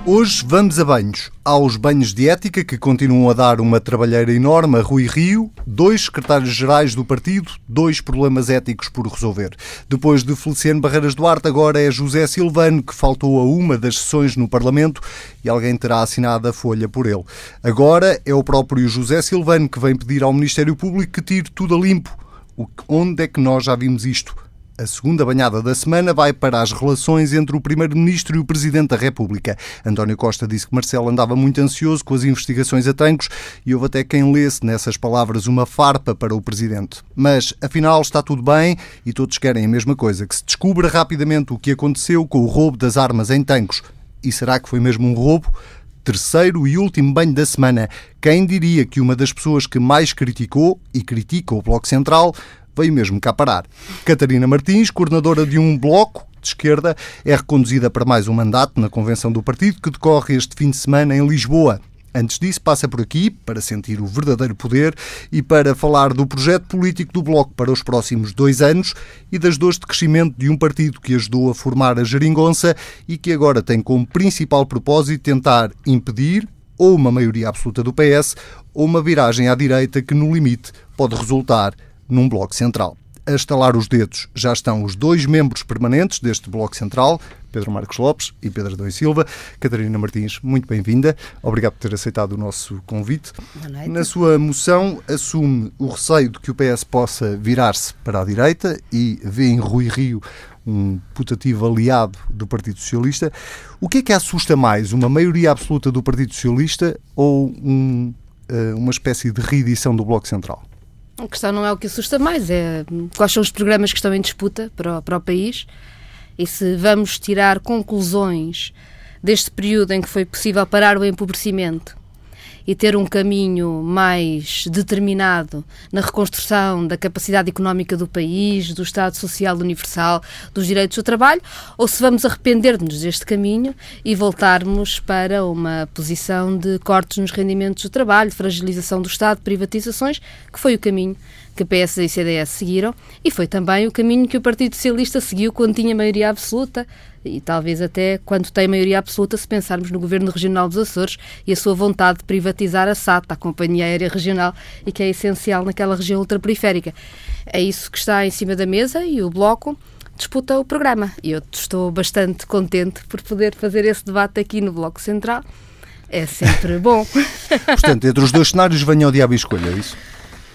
Hoje vamos a banhos. Aos banhos de ética que continuam a dar uma trabalheira enorme a Rui Rio, 2 secretários-gerais do partido, 2 problemas éticos por resolver. Depois de Feliciano Barreiras Duarte, agora é José Silvano, que faltou a uma das sessões no Parlamento e alguém terá assinado a folha por ele. Agora é o próprio José Silvano que vem pedir ao Ministério Público que tire tudo a limpo. Onde é que nós já vimos isto? A segunda banhada da semana vai para as relações entre o Primeiro-Ministro e o Presidente da República. António Costa disse que Marcelo andava muito ansioso com as investigações a Tancos e houve até quem lesse nessas palavras uma farpa para o Presidente. Mas, afinal, está tudo bem e todos querem a mesma coisa, que se descubra rapidamente o que aconteceu com o roubo das armas em Tancos. E será que foi mesmo um roubo? Terceiro e último banho da semana. Quem diria que uma das pessoas que mais criticou e critica o Bloco Central veio mesmo cá parar. Catarina Martins, coordenadora de um bloco de esquerda, é reconduzida para mais um mandato na convenção do partido que decorre este fim de semana em Lisboa. Antes disso, passa por aqui para sentir o verdadeiro poder e para falar do projeto político do Bloco para os próximos 2 anos e das dores de crescimento de um partido que ajudou a formar a geringonça e que agora tem como principal propósito tentar impedir ou uma maioria absoluta do PS ou uma viragem à direita que, no limite, pode resultar num Bloco Central. A estalar os dedos já estão os 2 membros permanentes deste Bloco Central, Pedro Marcos Lopes e Pedro Adão e Silva. Catarina Martins, muito bem-vinda. Obrigado por ter aceitado o nosso convite. Boa noite. Na sua moção, assume o receio de que o PS possa virar-se para a direita e vê em Rui Rio um putativo aliado do Partido Socialista. O que assusta mais, uma maioria absoluta do Partido Socialista ou uma espécie de reedição do Bloco Central? A questão não é o que assusta mais, é quais são os programas que estão em disputa para o país e se vamos tirar conclusões deste período em que foi possível parar o empobrecimento e ter um caminho mais determinado na reconstrução da capacidade económica do país, do Estado Social Universal, dos direitos do trabalho, ou se vamos arrepender-nos deste caminho e voltarmos para uma posição de cortes nos rendimentos do trabalho, de fragilização do Estado, privatizações, que foi o caminho que a PS e a CDS seguiram e foi também o caminho que o Partido Socialista seguiu quando tinha maioria absoluta e talvez até quando tem maioria absoluta, se pensarmos no Governo Regional dos Açores e a sua vontade de privatizar a SAT, a Companhia Aérea Regional, e que é essencial naquela região ultraperiférica. É isso que está em cima da mesa e o Bloco disputa o programa. E eu estou bastante contente por poder fazer esse debate aqui no Bloco Central. É sempre bom. Portanto, entre os 2 cenários venha o diabo e escolha, é isso?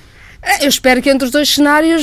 Eu espero que entre os 2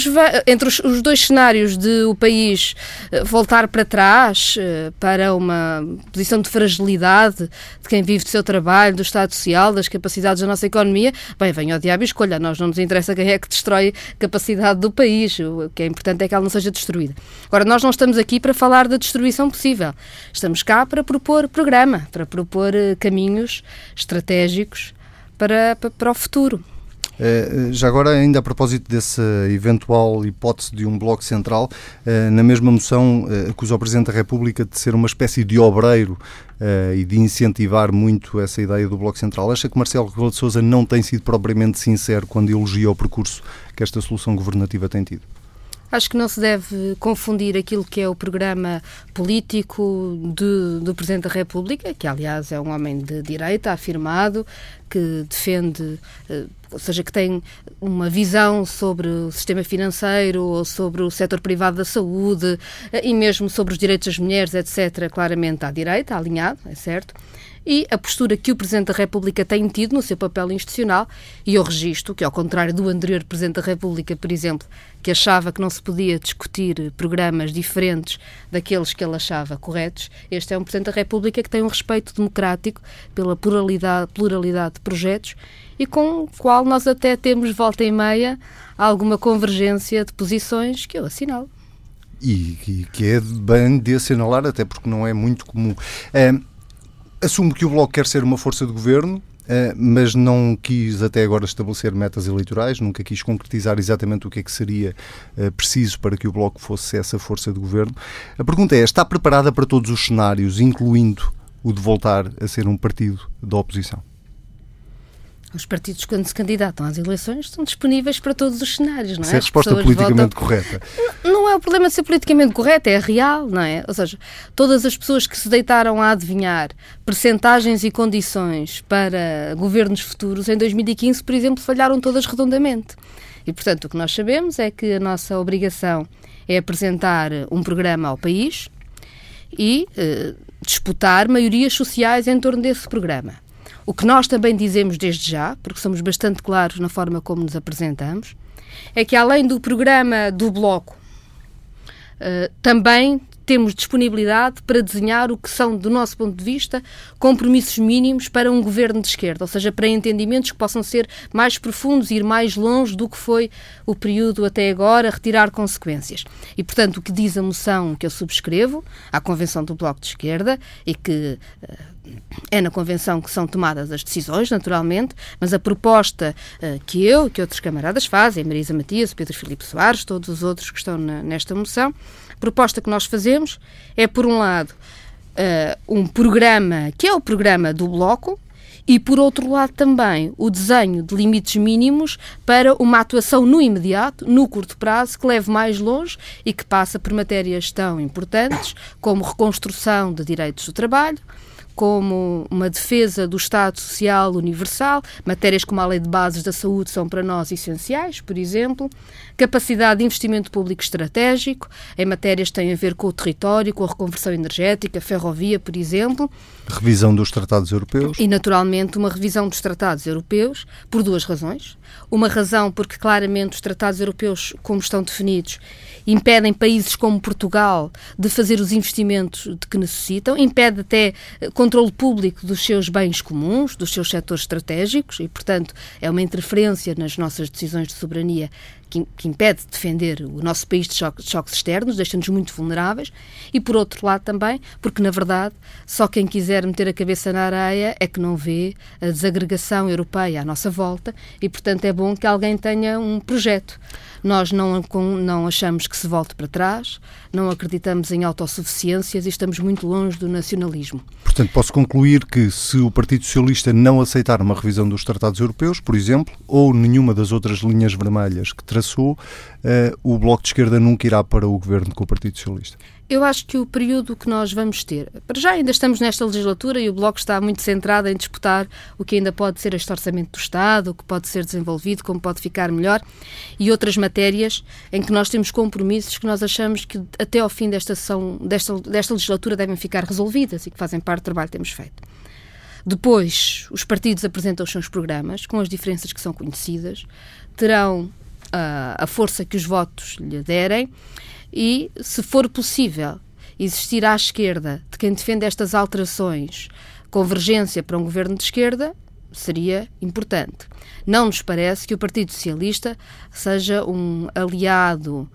cenários de o país voltar para trás, para uma posição de fragilidade de quem vive do seu trabalho, do Estado Social, das capacidades da nossa economia, bem, venha o diabo e escolha. A nós não nos interessa quem é que destrói a capacidade do país. O que é importante é que ela não seja destruída. Agora, nós não estamos aqui para falar da destruição possível. Estamos cá para propor programa, para propor caminhos estratégicos para o futuro. Já agora, ainda a propósito dessa eventual hipótese de um Bloco Central, na mesma moção acusa o Presidente da República de ser uma espécie de obreiro e de incentivar muito essa ideia do Bloco Central. Acha que Marcelo Rebelo de Sousa não tem sido propriamente sincero quando elogia o percurso que esta solução governativa tem tido? Acho que não se deve confundir aquilo que é o programa político do Presidente da República, que aliás é um homem de direita, afirmado, que defende, ou seja, que tem uma visão sobre o sistema financeiro ou sobre o setor privado da saúde e mesmo sobre os direitos das mulheres, etc., claramente à direita, alinhado, é certo. E a postura que o Presidente da República tem tido no seu papel institucional, e eu registro que, ao contrário do anterior Presidente da República, por exemplo, que achava que não se podia discutir programas diferentes daqueles que ele achava corretos, este é um Presidente da República que tem um respeito democrático pela pluralidade de projetos e com o qual nós até temos, volta e meia, alguma convergência de posições que eu assinalo. E que é bem de assinalar, até porque não é muito comum. Assumo que o Bloco quer ser uma força de governo, mas não quis até agora estabelecer metas eleitorais, nunca quis concretizar exatamente o que é que seria preciso para que o Bloco fosse essa força de governo. A pergunta é, está preparada para todos os cenários, incluindo o de voltar a ser um partido da oposição? Os partidos, quando se candidatam às eleições, estão disponíveis para todos os cenários, não é? Isso é a resposta politicamente correta. Não é o problema de ser politicamente correta, é real, não é? Ou seja, todas as pessoas que se deitaram a adivinhar percentagens e condições para governos futuros, em 2015, por exemplo, falharam todas redondamente. E, portanto, o que nós sabemos é que a nossa obrigação é apresentar um programa ao país e disputar maiorias sociais em torno desse programa. O que nós também dizemos desde já, porque somos bastante claros na forma como nos apresentamos, é que além do programa do Bloco, também temos disponibilidade para desenhar o que são, do nosso ponto de vista, compromissos mínimos para um governo de esquerda, ou seja, para entendimentos que possam ser mais profundos e ir mais longe do que foi o período até agora, retirar consequências. E, portanto, o que diz a moção que eu subscrevo à Convenção do Bloco de Esquerda e que é na Convenção que são tomadas as decisões, naturalmente, mas a proposta que eu e que outros camaradas fazem, Marisa Matias, Pedro Filipe Soares, todos os outros que estão nesta moção, a proposta que nós fazemos é, por um lado, um programa que é o programa do Bloco e, por outro lado, também o desenho de limites mínimos para uma atuação no imediato, no curto prazo, que leve mais longe e que passa por matérias tão importantes como reconstrução de direitos do trabalho, como uma defesa do Estado Social Universal, matérias como a Lei de Bases da Saúde são para nós essenciais, por exemplo, capacidade de investimento público estratégico, em matérias que têm a ver com o território, com a reconversão energética, ferrovia, por exemplo. Revisão dos tratados europeus. E, naturalmente, uma revisão dos tratados europeus por duas razões. Uma razão porque, claramente, os tratados europeus, como estão definidos, impedem países como Portugal de fazer os investimentos de que necessitam, impede até controle público dos seus bens comuns, dos seus setores estratégicos e, portanto, é uma interferência nas nossas decisões de soberania que impede de defender o nosso país de choques externos, deixa-nos muito vulneráveis e, por outro lado, também, porque, na verdade, só quem quiser meter a cabeça na areia é que não vê a desagregação europeia à nossa volta e, portanto, é bom que alguém tenha um projeto. Nós não achamos que se volte para trás, não acreditamos em autossuficiências e estamos muito longe do nacionalismo. Portanto, posso concluir que se o Partido Socialista não aceitar uma revisão dos tratados europeus, por exemplo, ou nenhuma das outras linhas vermelhas que traçou, o Bloco de Esquerda nunca irá para o governo com o Partido Socialista. Eu acho que o período que nós vamos ter, para já ainda estamos nesta legislatura e o Bloco está muito centrado em disputar o que ainda pode ser este orçamento do Estado, o que pode ser desenvolvido, como pode ficar melhor e outras matérias em que nós temos compromissos que nós achamos que até ao fim desta legislatura devem ficar resolvidas e que fazem parte do trabalho que temos feito. Depois, os partidos apresentam os seus programas com as diferenças que são conhecidas, terão a força que os votos lhe derem e, se for possível, existir à esquerda de quem defende estas alterações convergência para um governo de esquerda, seria importante. Não nos parece que o Partido Socialista seja um aliado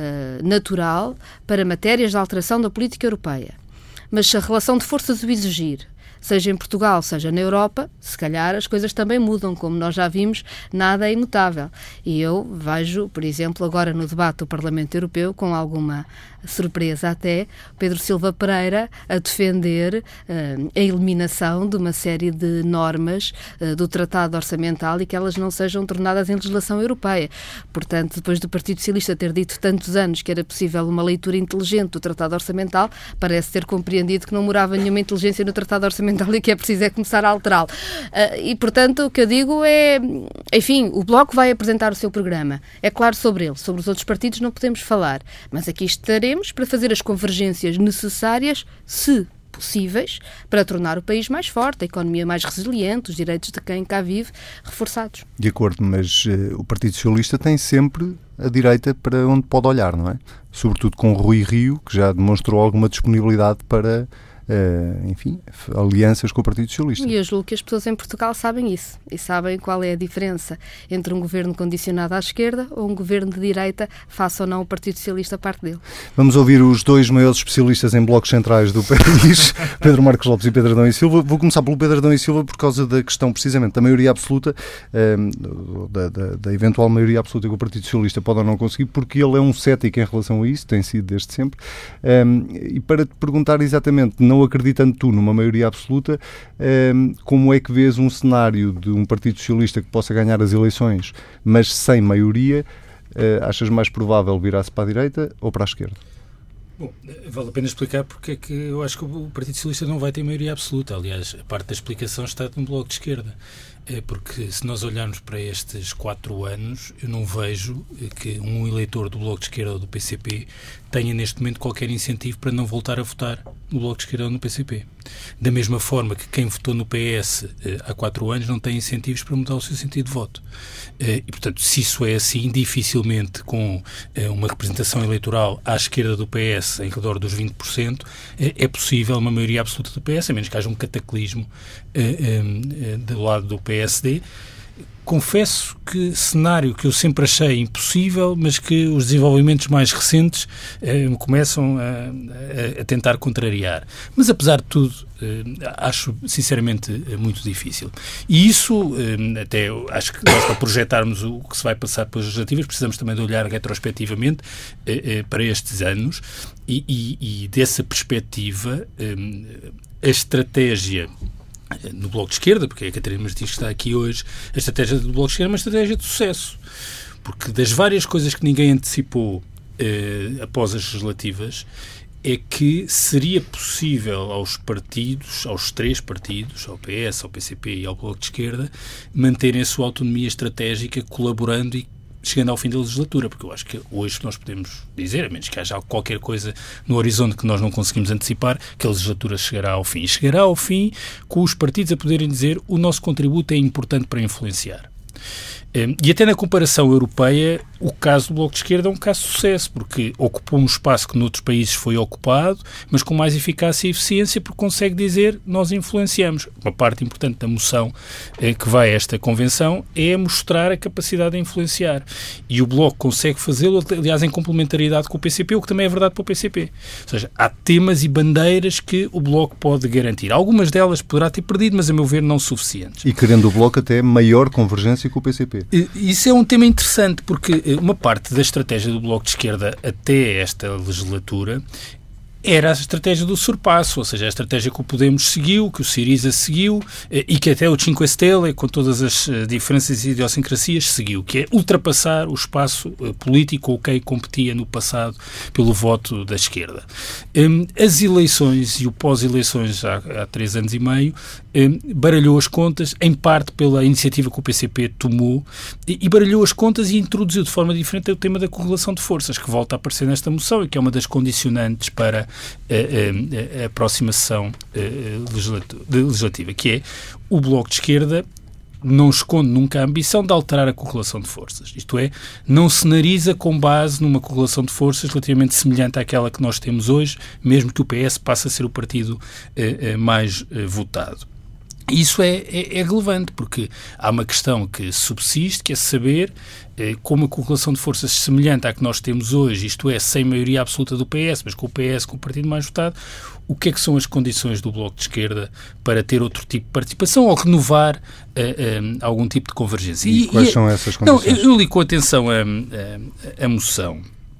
natural para matérias de alteração da política europeia. Mas se a relação de forças o exigir, seja em Portugal, seja na Europa, se calhar as coisas também mudam, como nós já vimos, nada é imutável. E eu vejo, por exemplo, agora no debate do Parlamento Europeu, com alguma surpresa até, Pedro Silva Pereira a defender a eliminação de uma série de normas do Tratado Orçamental e que elas não sejam tornadas em legislação europeia. Portanto, depois do Partido Socialista ter dito tantos anos que era possível uma leitura inteligente do Tratado Orçamental, parece ter compreendido que não morava nenhuma inteligência no Tratado Orçamental e que é preciso começar a alterá-lo. E, portanto, o que eu digo é, enfim, o Bloco vai apresentar o seu programa. É claro sobre ele. Sobre os outros partidos não podemos falar. Mas aqui estaremos para fazer as convergências necessárias, se possíveis, para tornar o país mais forte, a economia mais resiliente, os direitos de quem cá vive reforçados. De acordo, mas o Partido Socialista tem sempre a direita para onde pode olhar, não é? Sobretudo com Rui Rio, que já demonstrou alguma disponibilidade para enfim, alianças com o Partido Socialista. E eu julgo que as pessoas em Portugal sabem isso e sabem qual é a diferença entre um governo condicionado à esquerda ou um governo de direita, faça ou não o Partido Socialista parte dele. Vamos ouvir os dois maiores especialistas em blocos centrais do país, Pedro Marcos Lopes e Pedro Adão e Silva. Vou começar pelo Pedro Adão e Silva por causa da questão precisamente da maioria absoluta, da eventual maioria absoluta que o Partido Socialista pode ou não conseguir, porque ele é um cético em relação a isso, tem sido desde sempre. E para te perguntar exatamente, não acreditando tu numa maioria absoluta, como é que vês um cenário de um Partido Socialista que possa ganhar as eleições, mas sem maioria? Achas mais provável virar-se para a direita ou para a esquerda? Bom, vale a pena explicar porque é que eu acho que o Partido Socialista não vai ter maioria absoluta. Aliás, a parte da explicação está no Bloco de Esquerda. Porque se nós olharmos para estes 4 anos, eu não vejo que um eleitor do Bloco de Esquerda ou do PCP tenha neste momento qualquer incentivo para não voltar a votar no Bloco de Esquerda ou no PCP. Da mesma forma que quem votou no PS há 4 anos não tem incentivos para mudar o seu sentido de voto. E, portanto, se isso é assim, dificilmente com uma representação eleitoral à esquerda do PS em redor dos 20%, é possível uma maioria absoluta do PS, a menos que haja um cataclismo do lado do PSD. Confesso que cenário que eu sempre achei impossível, mas que os desenvolvimentos mais recentes começam a tentar contrariar. Mas, apesar de tudo, acho sinceramente muito difícil. E isso, até acho que nós, para projetarmos o que se vai passar pelas legislativas, precisamos também de olhar retrospectivamente para estes anos e dessa perspectiva, a estratégia no Bloco de Esquerda, porque a Catarina Martins está aqui hoje, a estratégia do Bloco de Esquerda é uma estratégia de sucesso, porque das várias coisas que ninguém antecipou após as legislativas, é que seria possível aos partidos, aos 3 partidos, ao PS, ao PCP e ao Bloco de Esquerda, manterem a sua autonomia estratégica, colaborando e chegando ao fim da legislatura, porque eu acho que hoje nós podemos dizer, a menos que haja qualquer coisa no horizonte que nós não conseguimos antecipar, que a legislatura chegará ao fim. E chegará ao fim com os partidos a poderem dizer o nosso contributo é importante para influenciar. E até na comparação europeia, o caso do Bloco de Esquerda é um caso de sucesso, porque ocupou um espaço que noutros países foi ocupado, mas com mais eficácia e eficiência, porque consegue dizer nós influenciamos. Uma parte importante da moção que vai a esta convenção é mostrar a capacidade de influenciar. E o Bloco consegue fazê-lo, aliás, em complementaridade com o PCP, o que também é verdade para o PCP. Ou seja, há temas e bandeiras que o Bloco pode garantir. Algumas delas poderá ter perdido, mas a meu ver não suficientes. E querendo o Bloco até maior convergência com o PCP. Isso é um tema interessante, porque uma parte da estratégia do Bloco de Esquerda até esta legislatura era a estratégia do surpasso, ou seja, a estratégia que o Podemos seguiu, que o Syriza seguiu e que até o Cinque Stelle, com todas as diferenças e idiosincrasias, seguiu, que é ultrapassar o espaço político com quem competia no passado pelo voto da esquerda. As eleições e o pós-eleições há 3 anos e meio baralhou as contas, em parte pela iniciativa que o PCP tomou, e baralhou as contas e introduziu de forma diferente o tema da correlação de forças, que volta a aparecer nesta moção e que é uma das condicionantes para a próxima sessão legislativa, que é o Bloco de Esquerda não esconde nunca a ambição de alterar a correlação de forças. Isto é, não cenariza com base numa correlação de forças relativamente semelhante àquela que nós temos hoje, mesmo que o PS passe a ser o partido mais votado. Isso é relevante, porque há uma questão que subsiste, que é saber como a correlação de forças semelhante à que nós temos hoje, isto é, sem maioria absoluta do PS, mas com o PS como o partido mais votado, o que é que são as condições do Bloco de Esquerda para ter outro tipo de participação ou renovar algum tipo de convergência? E quais são essas condições? Não, eu li com atenção a moção.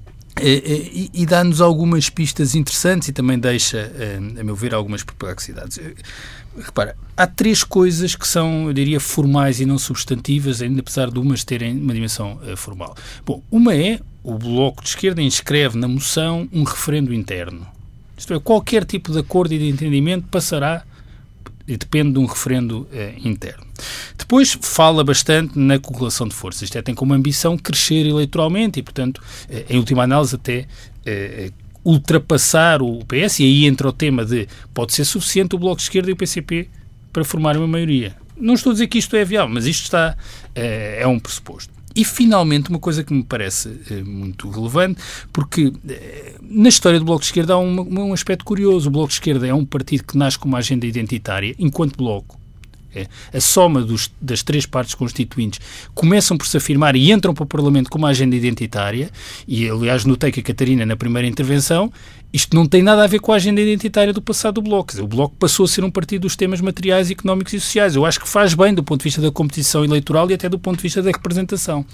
E dá-nos algumas pistas interessantes e também deixa, a meu ver, algumas perplexidades. Repara, há 3 coisas que são, eu diria, formais e não substantivas, ainda apesar de umas terem uma dimensão formal. Bom, uma é, o Bloco de Esquerda inscreve na moção um referendo interno. Isto é, qualquer tipo de acordo e de entendimento passará e depende de um referendo interno. Depois fala bastante na correlação de forças. Isto é, tem como ambição crescer eleitoralmente e, portanto, em última análise até ultrapassar o PS, e aí entra o tema de pode ser suficiente o Bloco de Esquerda e o PCP para formar uma maioria. Não estou a dizer que isto é viável, mas isto é um pressuposto. E, finalmente, uma coisa que me parece muito relevante, porque na história do Bloco de Esquerda há um aspecto curioso. O Bloco de Esquerda é um partido que nasce com uma agenda identitária, enquanto bloco. A soma das 3 partes constituintes começam por se afirmar e entram para o Parlamento com uma agenda identitária, e aliás notei que a Catarina, na primeira intervenção, isto não tem nada a ver com a agenda identitária do passado do Bloco. Quer dizer, o Bloco passou a ser um partido dos temas materiais, económicos e sociais. Eu acho que faz bem do ponto de vista da competição eleitoral e até do ponto de vista da representação.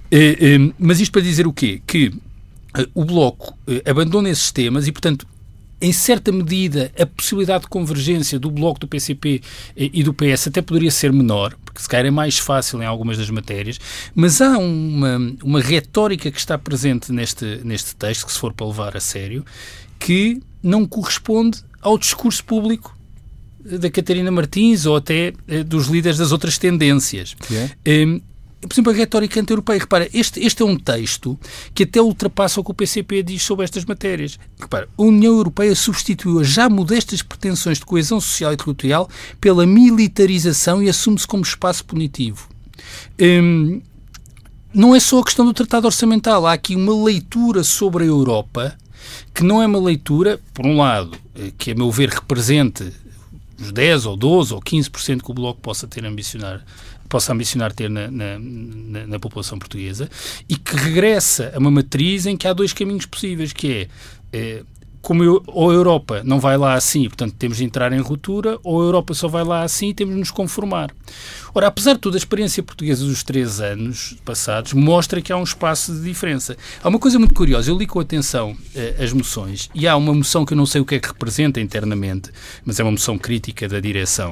Mas isto para dizer o quê? Que o Bloco abandona esses temas e, portanto, em certa medida, a possibilidade de convergência do Bloco, do PCP e do PS até poderia ser menor, porque se calhar é mais fácil em algumas das matérias, mas há uma retórica que está presente neste texto, que se for para levar a sério, que não corresponde ao discurso público da Catarina Martins ou até dos líderes das outras tendências. Por exemplo, a retórica anti-europeia. Repara, este é um texto que até ultrapassa o que o PCP diz sobre estas matérias. Repara, a União Europeia substituiu as já modestas pretensões de coesão social e territorial pela militarização e assume-se como espaço punitivo. Não é só a questão do tratado orçamental. Há aqui uma leitura sobre a Europa que não é uma leitura, por um lado, que a meu ver represente os 10 ou 12 ou 15% que o Bloco possa ambicionar ter na população portuguesa, e que regressa a uma matriz em que há dois caminhos possíveis, que é ou a Europa não vai lá assim, portanto temos de entrar em ruptura, ou a Europa só vai lá assim e temos de nos conformar. Ora, apesar de tudo, a experiência portuguesa dos 3 anos passados mostra que há um espaço de diferença. Há uma coisa muito curiosa, eu li com atenção as moções, e há uma moção que eu não sei o que é que representa internamente, mas é uma moção crítica da direção,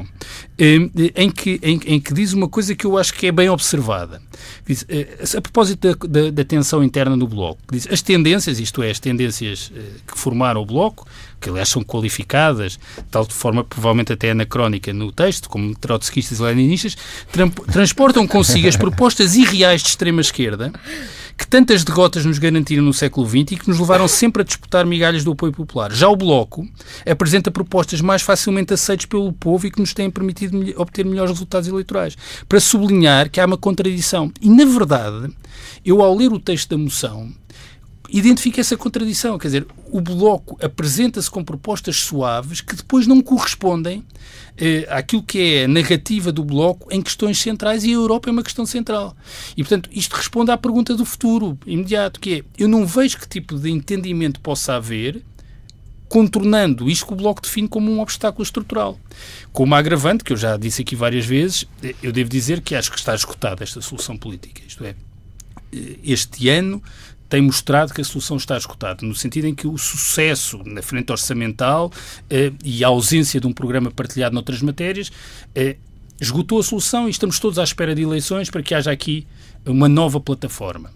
em que diz uma coisa que eu acho que é bem observada. Diz, a propósito da tensão interna do Bloco, diz, as tendências, isto é, as tendências que formaram o Bloco, que aliás são qualificadas, de tal forma provavelmente até anacrónica no texto, como trotskistas e leninistas, transportam consigo as propostas irreais de extrema-esquerda que tantas derrotas nos garantiram no século XX e que nos levaram sempre a disputar migalhas do apoio popular. Já o Bloco apresenta propostas mais facilmente aceitas pelo povo e que nos têm permitido obter melhores resultados eleitorais. Para sublinhar que há uma contradição. E, na verdade, eu, ao ler o texto da moção, identifica essa contradição. Quer dizer, o Bloco apresenta-se com propostas suaves que depois não correspondem àquilo que é a narrativa do Bloco em questões centrais, e a Europa é uma questão central. E, portanto, isto responde à pergunta do futuro imediato, que é, eu não vejo que tipo de entendimento possa haver contornando isto que o Bloco define como um obstáculo estrutural. Com uma agravante, que eu já disse aqui várias vezes, eu devo dizer que acho que está esgotada esta solução política. Isto é, este ano tem mostrado que a solução está esgotada, no sentido em que o sucesso na frente orçamental e a ausência de um programa partilhado noutras matérias esgotou a solução, e estamos todos à espera de eleições para que haja aqui uma nova plataforma.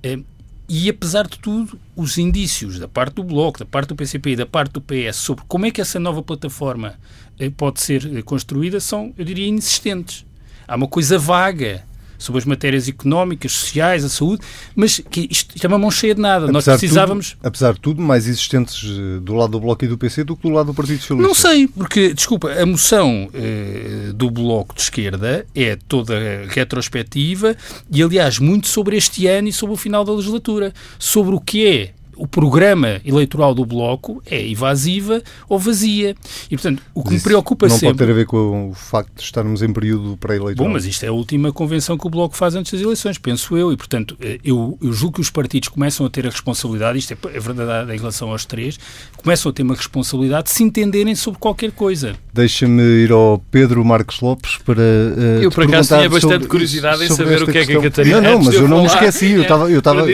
E, apesar de tudo, os indícios da parte do Bloco, da parte do PCP e da parte do PS sobre como é que essa nova plataforma pode ser construída são, eu diria, inexistentes. Há uma coisa vaga sobre as matérias económicas, sociais, a saúde, mas que isto é uma mão cheia de nada. Nós precisávamos... Apesar de tudo, mais existentes do lado do Bloco e do PC do que do lado do Partido Socialista. Não sei, porque, desculpa, a moção do Bloco de Esquerda é toda retrospectiva e, aliás, muito sobre este ano e sobre o final da legislatura. Sobre o que é o programa eleitoral do Bloco é evasiva ou vazia. E, portanto, o que me preocupa sempre... Não pode ter a ver com o facto de estarmos em período pré-eleitoral. Bom, mas isto é a última convenção que o Bloco faz antes das eleições, penso eu, e, portanto, eu julgo que os partidos começam a ter a responsabilidade, isto é verdade em relação aos 3, começam a ter uma responsabilidade de se entenderem sobre qualquer coisa. Deixa-me ir ao Pedro Marcos Lopes para eu, por acaso, tinha bastante curiosidade em saber o que é que a Catarina... Não, mas eu não me esqueci, eu estava a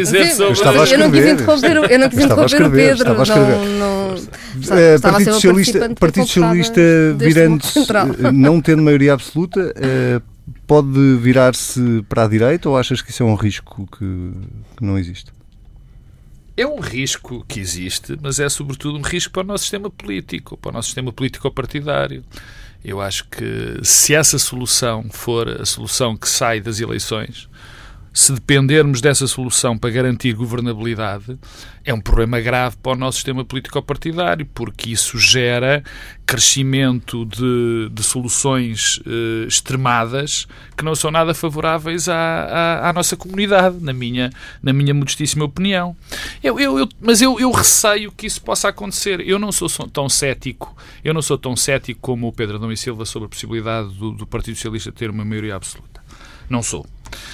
escrever. Eu não quis interromper o Pedro. Estava a escrever. Partido Socialista virando, não tendo maioria absoluta, pode virar-se para a direita, ou achas que isso é um risco que não existe? É um risco que existe, mas é sobretudo um risco para o nosso sistema político-partidário. Eu acho que se essa solução for a solução que sai das eleições, se dependermos dessa solução para garantir governabilidade, é um problema grave para o nosso sistema político-partidário, porque isso gera crescimento de soluções extremadas que não são nada favoráveis à nossa comunidade, na minha modestíssima opinião. Mas eu receio que isso possa acontecer. Eu não sou tão cético como o Pedro Adão e Silva sobre a possibilidade do Partido Socialista ter uma maioria absoluta. Não sou.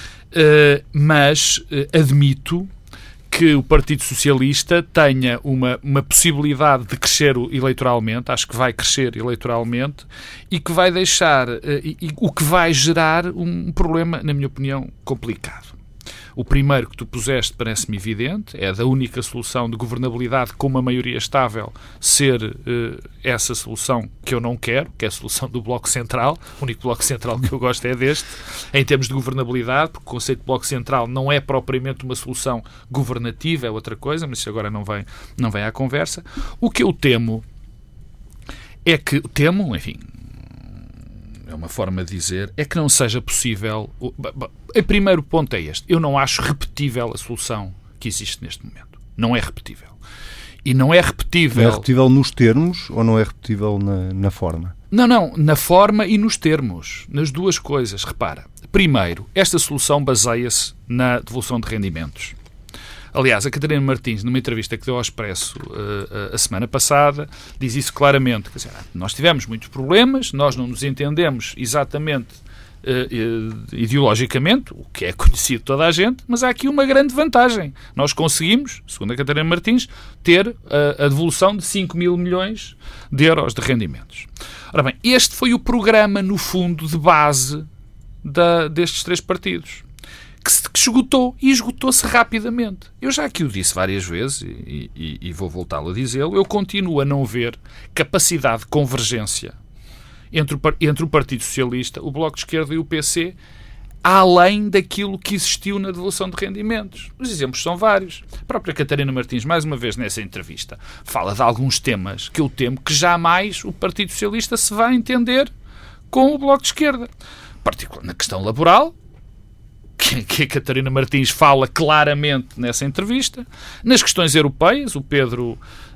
Mas admito que o Partido Socialista tenha uma possibilidade de crescer eleitoralmente, acho que vai crescer eleitoralmente, e que vai deixar, o que vai gerar um problema, na minha opinião, complicado. O primeiro que tu puseste parece-me evidente, é da única solução de governabilidade com uma maioria estável ser essa solução que eu não quero, que é a solução do Bloco Central. O único Bloco Central que eu gosto é deste, em termos de governabilidade, porque o conceito de Bloco Central não é propriamente uma solução governativa, é outra coisa, mas isso agora não vem à conversa. O que eu temo é que, enfim, é uma forma de dizer, é que não seja possível. O primeiro ponto é este. Eu não acho repetível a solução que existe neste momento. Não é repetível. E não é repetível... Não é repetível nos termos ou não é repetível na forma? Não. Na forma e nos termos. Nas duas coisas. Repara. Primeiro, esta solução baseia-se na devolução de rendimentos. Aliás, a Catarina Martins, numa entrevista que deu ao Expresso a semana passada, diz isso claramente. Quer dizer, nós tivemos muitos problemas, nós não nos entendemos exatamente ideologicamente, o que é conhecido de toda a gente, mas há aqui uma grande vantagem. Nós conseguimos, segundo a Catarina Martins, ter a devolução de 5 mil milhões de euros de rendimentos. Ora bem, este foi o programa, no fundo, de base destes três partidos. Que esgotou, e esgotou-se rapidamente. Eu já aqui o disse várias vezes e vou voltá-lo a dizê-lo, eu continuo a não ver capacidade de convergência entre o Partido Socialista, o Bloco de Esquerda e o PC, além daquilo que existiu na devolução de rendimentos. Os exemplos são vários. A própria Catarina Martins, mais uma vez nessa entrevista, fala de alguns temas que eu temo que jamais o Partido Socialista se vai entender com o Bloco de Esquerda. Particularmente na questão laboral, que a Catarina Martins fala claramente nessa entrevista. Nas questões europeias, o Pedro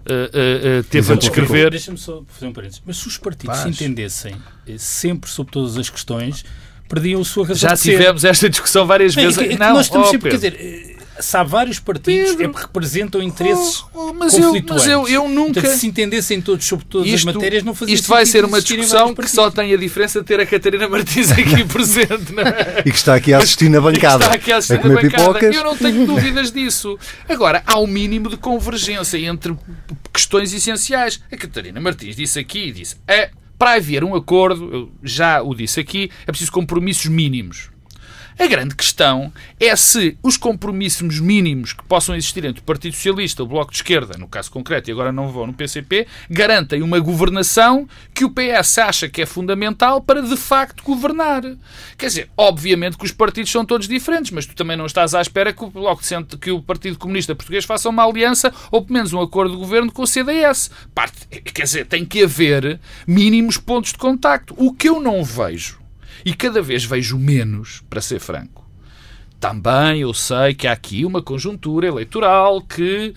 teve a descrever... Deixa-me só fazer um parênteses. Mas se os partidos se entendessem sempre sobre todas as questões, perdiam a sua razão de ser. Já tivemos esta discussão várias vezes. Nós estamos sempre, quer dizer... Se há vários partidos é porque representam interesses conflituantes. Mas eu nunca... Portanto, se entendessem todos sobre todas as matérias, não fazia isto vai ser uma discussão que só tem a diferença de ter a Catarina Martins aqui presente. Não é? E que está aqui a assistir na bancada. A comer pipocas. Eu não tenho dúvidas disso. Agora, há um mínimo de convergência entre questões essenciais. A Catarina Martins disse aqui, para haver um acordo, eu já o disse aqui, é preciso compromissos mínimos. A grande questão é se os compromissos mínimos que possam existir entre o Partido Socialista, o Bloco de Esquerda, no caso concreto, e agora não vou no PCP, garantem uma governação que o PS acha que é fundamental para, de facto, governar. Quer dizer, obviamente que os partidos são todos diferentes, mas tu também não estás à espera que que o Partido Comunista Português faça uma aliança ou, pelo menos, um acordo de governo com o CDS. Quer dizer, tem que haver mínimos pontos de contacto. O que eu não vejo, e cada vez vejo menos, para ser franco. Também eu sei que há aqui uma conjuntura eleitoral que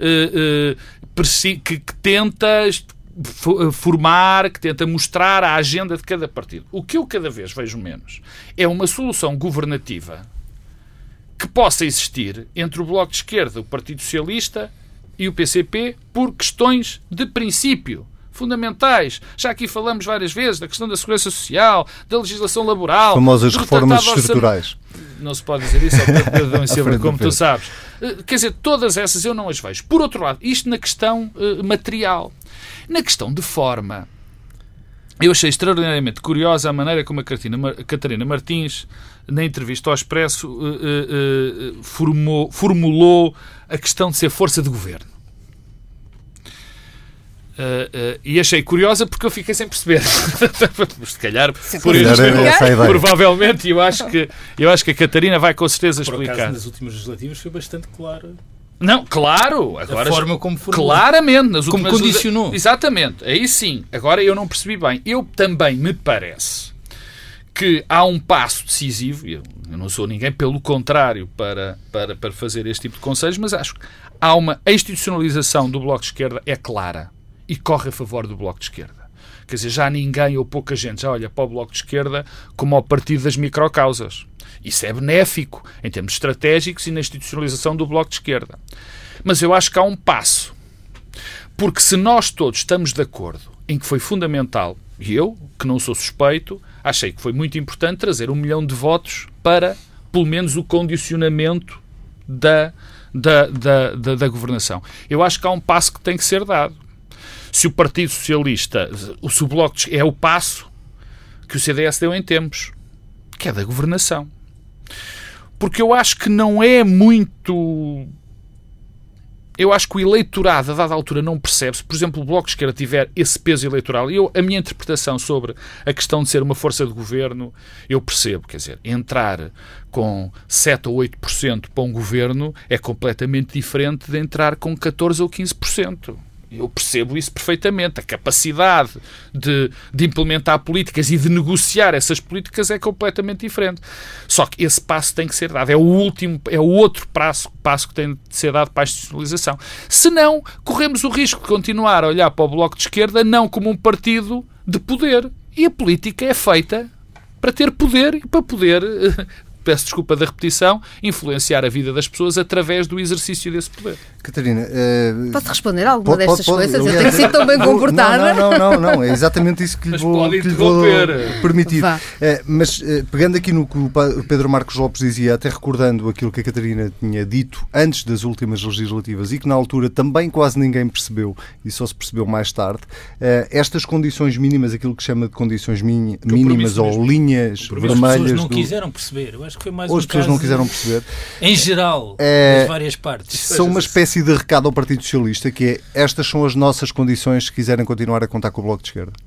tenta formar, que tenta mostrar a agenda de cada partido. O que eu cada vez vejo menos é uma solução governativa que possa existir entre o Bloco de Esquerda, o Partido Socialista e o PCP por questões de princípio fundamentais. Já aqui falamos várias vezes da questão da segurança social, da legislação laboral. Famosas reformas estruturais. Não se pode dizer isso ao Pedro Adão e Silva, como tu sabes. Quer dizer, todas essas eu não as vejo. Por outro lado, isto na questão material. Na questão de forma, eu achei extraordinariamente curiosa a maneira como a Catarina Martins, na entrevista ao Expresso, formulou a questão de ser força de governo. E achei curiosa porque eu fiquei sem perceber. Se calhar, por isso, provavelmente, eu acho que a Catarina vai com certeza explicar. Por acaso, nas últimas legislativas foi bastante claro. Não, claro. Agora, a forma como formulou. Claramente. Nas últimas como condicionou. Exatamente. Aí sim. Agora eu não percebi bem. Eu também me parece que há um passo decisivo, eu não sou ninguém, pelo contrário, para fazer este tipo de conselhos, mas acho que há uma institucionalização do Bloco de Esquerda, é clara. E corre a favor do Bloco de Esquerda. Quer dizer, já ninguém ou pouca gente já olha para o Bloco de Esquerda como ao partido das microcausas. Isso é benéfico em termos estratégicos e na institucionalização do Bloco de Esquerda. Mas eu acho que há um passo. Porque se nós todos estamos de acordo em que foi fundamental, e eu, que não sou suspeito, achei que foi muito importante trazer 1 milhão de votos para, pelo menos, o condicionamento da governação. Eu acho que há um passo que tem que ser dado. Se o Partido Socialista, se o Bloco é o passo que o CDS deu em tempos, que é da governação. porque eu acho que não é muito... Eu acho que o eleitorado, a dada altura, não percebe. Se, por exemplo, o Bloco de Esquerda tiver esse peso eleitoral, a minha interpretação sobre a questão de ser uma força de governo, eu percebo. Quer dizer, entrar com 7 ou 8% para um governo é completamente diferente de entrar com 14 ou 15%. Eu percebo isso perfeitamente. A capacidade de implementar políticas e de negociar essas políticas é completamente diferente. Só que esse passo tem que ser dado. É o outro passo que tem de ser dado para a institucionalização. Senão, corremos o risco de continuar a olhar para o Bloco de Esquerda não como um partido de poder. E a política é feita para ter poder e para poder... peço desculpa da repetição, influenciar a vida das pessoas através do exercício desse poder. Catarina... Posso responder a alguma destas coisas? Eu tenho que ser tão bem comportada. Não, é exatamente isso que lhe vou permitir. Mas pegando aqui no que o Pedro Marcos Lopes dizia, até recordando aquilo que a Catarina tinha dito antes das últimas legislativas e que na altura também quase ninguém percebeu e só se percebeu mais tarde, estas condições mínimas, aquilo que chama de condições mínimas ou linhas vermelhas... As pessoas não quiseram perceber. Eu acho que foi mais ou as pessoas não quiseram perceber. Em geral, das várias partes. São uma espécie de recado ao Partido Socialista, que é: estas são as nossas condições se quiserem continuar a contar com o Bloco de Esquerda.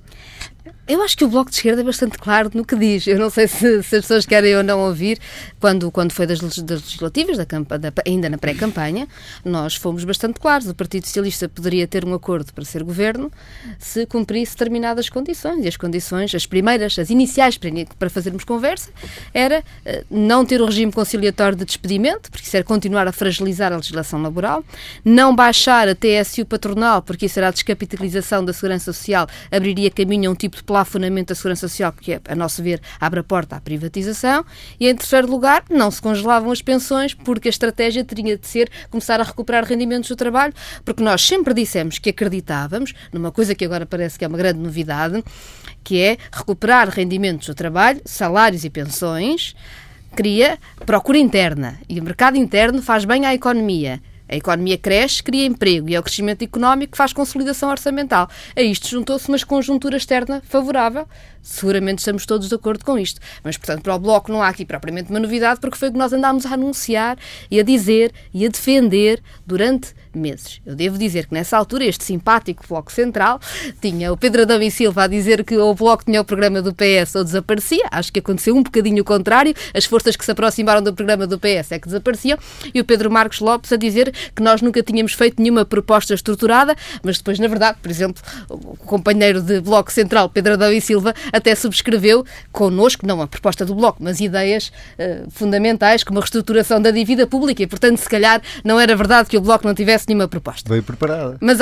Eu acho que o Bloco de Esquerda é bastante claro no que diz. Eu não sei se as pessoas querem ou não ouvir. Quando foi das legislativas, ainda na pré-campanha, nós fomos bastante claros. O Partido Socialista poderia ter um acordo para ser governo se cumprisse determinadas condições. E as condições, as iniciais para fazermos conversa, era não ter o regime conciliatório de despedimento, porque isso era continuar a fragilizar a legislação laboral, não baixar a TSU patronal, porque isso era a descapitalização da Segurança Social, abriria caminho a um tipo de plafonamento da Segurança Social, que, a nosso ver, abre a porta à privatização. E, em terceiro lugar, não se congelavam as pensões, porque a estratégia teria de ser começar a recuperar rendimentos do trabalho, porque nós sempre dissemos que acreditávamos numa coisa que agora parece que é uma grande novidade, que é recuperar rendimentos do trabalho, salários e pensões, cria procura interna. E o mercado interno faz bem à economia. A economia cresce, cria emprego e é o crescimento económico que faz consolidação orçamental. A isto juntou-se uma conjuntura externa favorável. Seguramente estamos todos de acordo com isto. Mas, portanto, para o Bloco não há aqui propriamente uma novidade, porque foi o que nós andámos a anunciar e a dizer e a defender durante meses. Eu devo dizer que nessa altura este simpático Bloco Central tinha o Pedro Adão e Silva a dizer que ou o Bloco tinha o programa do PS ou desaparecia. Acho que aconteceu um bocadinho o contrário. As forças que se aproximaram do programa do PS é que desapareciam. E o Pedro Marcos Lopes a dizer que nós nunca tínhamos feito nenhuma proposta estruturada, mas depois, na verdade, por exemplo, o companheiro de Bloco Central, Pedro Adão e Silva, até subscreveu connosco, não a proposta do Bloco, mas ideias fundamentais, como a reestruturação da dívida pública, e, portanto, se calhar não era verdade que o Bloco não tivesse nenhuma proposta. Veio preparada. Mas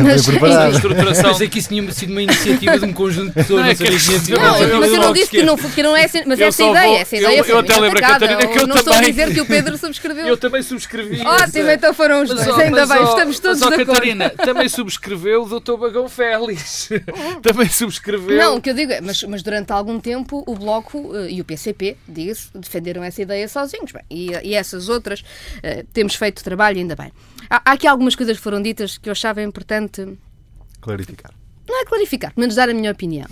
a estruturação... Mas é que isso tinha sido uma iniciativa de um conjunto de pessoas. Mas eu não disse que não é... Mas essa ideia foi eu até lembro a Catarina que eu não estou a dizer que o Pedro subscreveu. Eu também subscrevi. Ótimo, então foram os dois. Ainda bem, estamos todos de acordo. Catarina, também subscreveu o Dr. Bagão Félix. Também subscreveu... Não, o que eu digo é, mas durante algum tempo o Bloco e o PCP, diga-se, defenderam essa ideia sozinhos. Bem, e essas outras temos feito trabalho, ainda bem. Há aqui algumas coisas que foram ditas que eu achava importante... clarificar. Não é clarificar, pelo menos dar a minha opinião.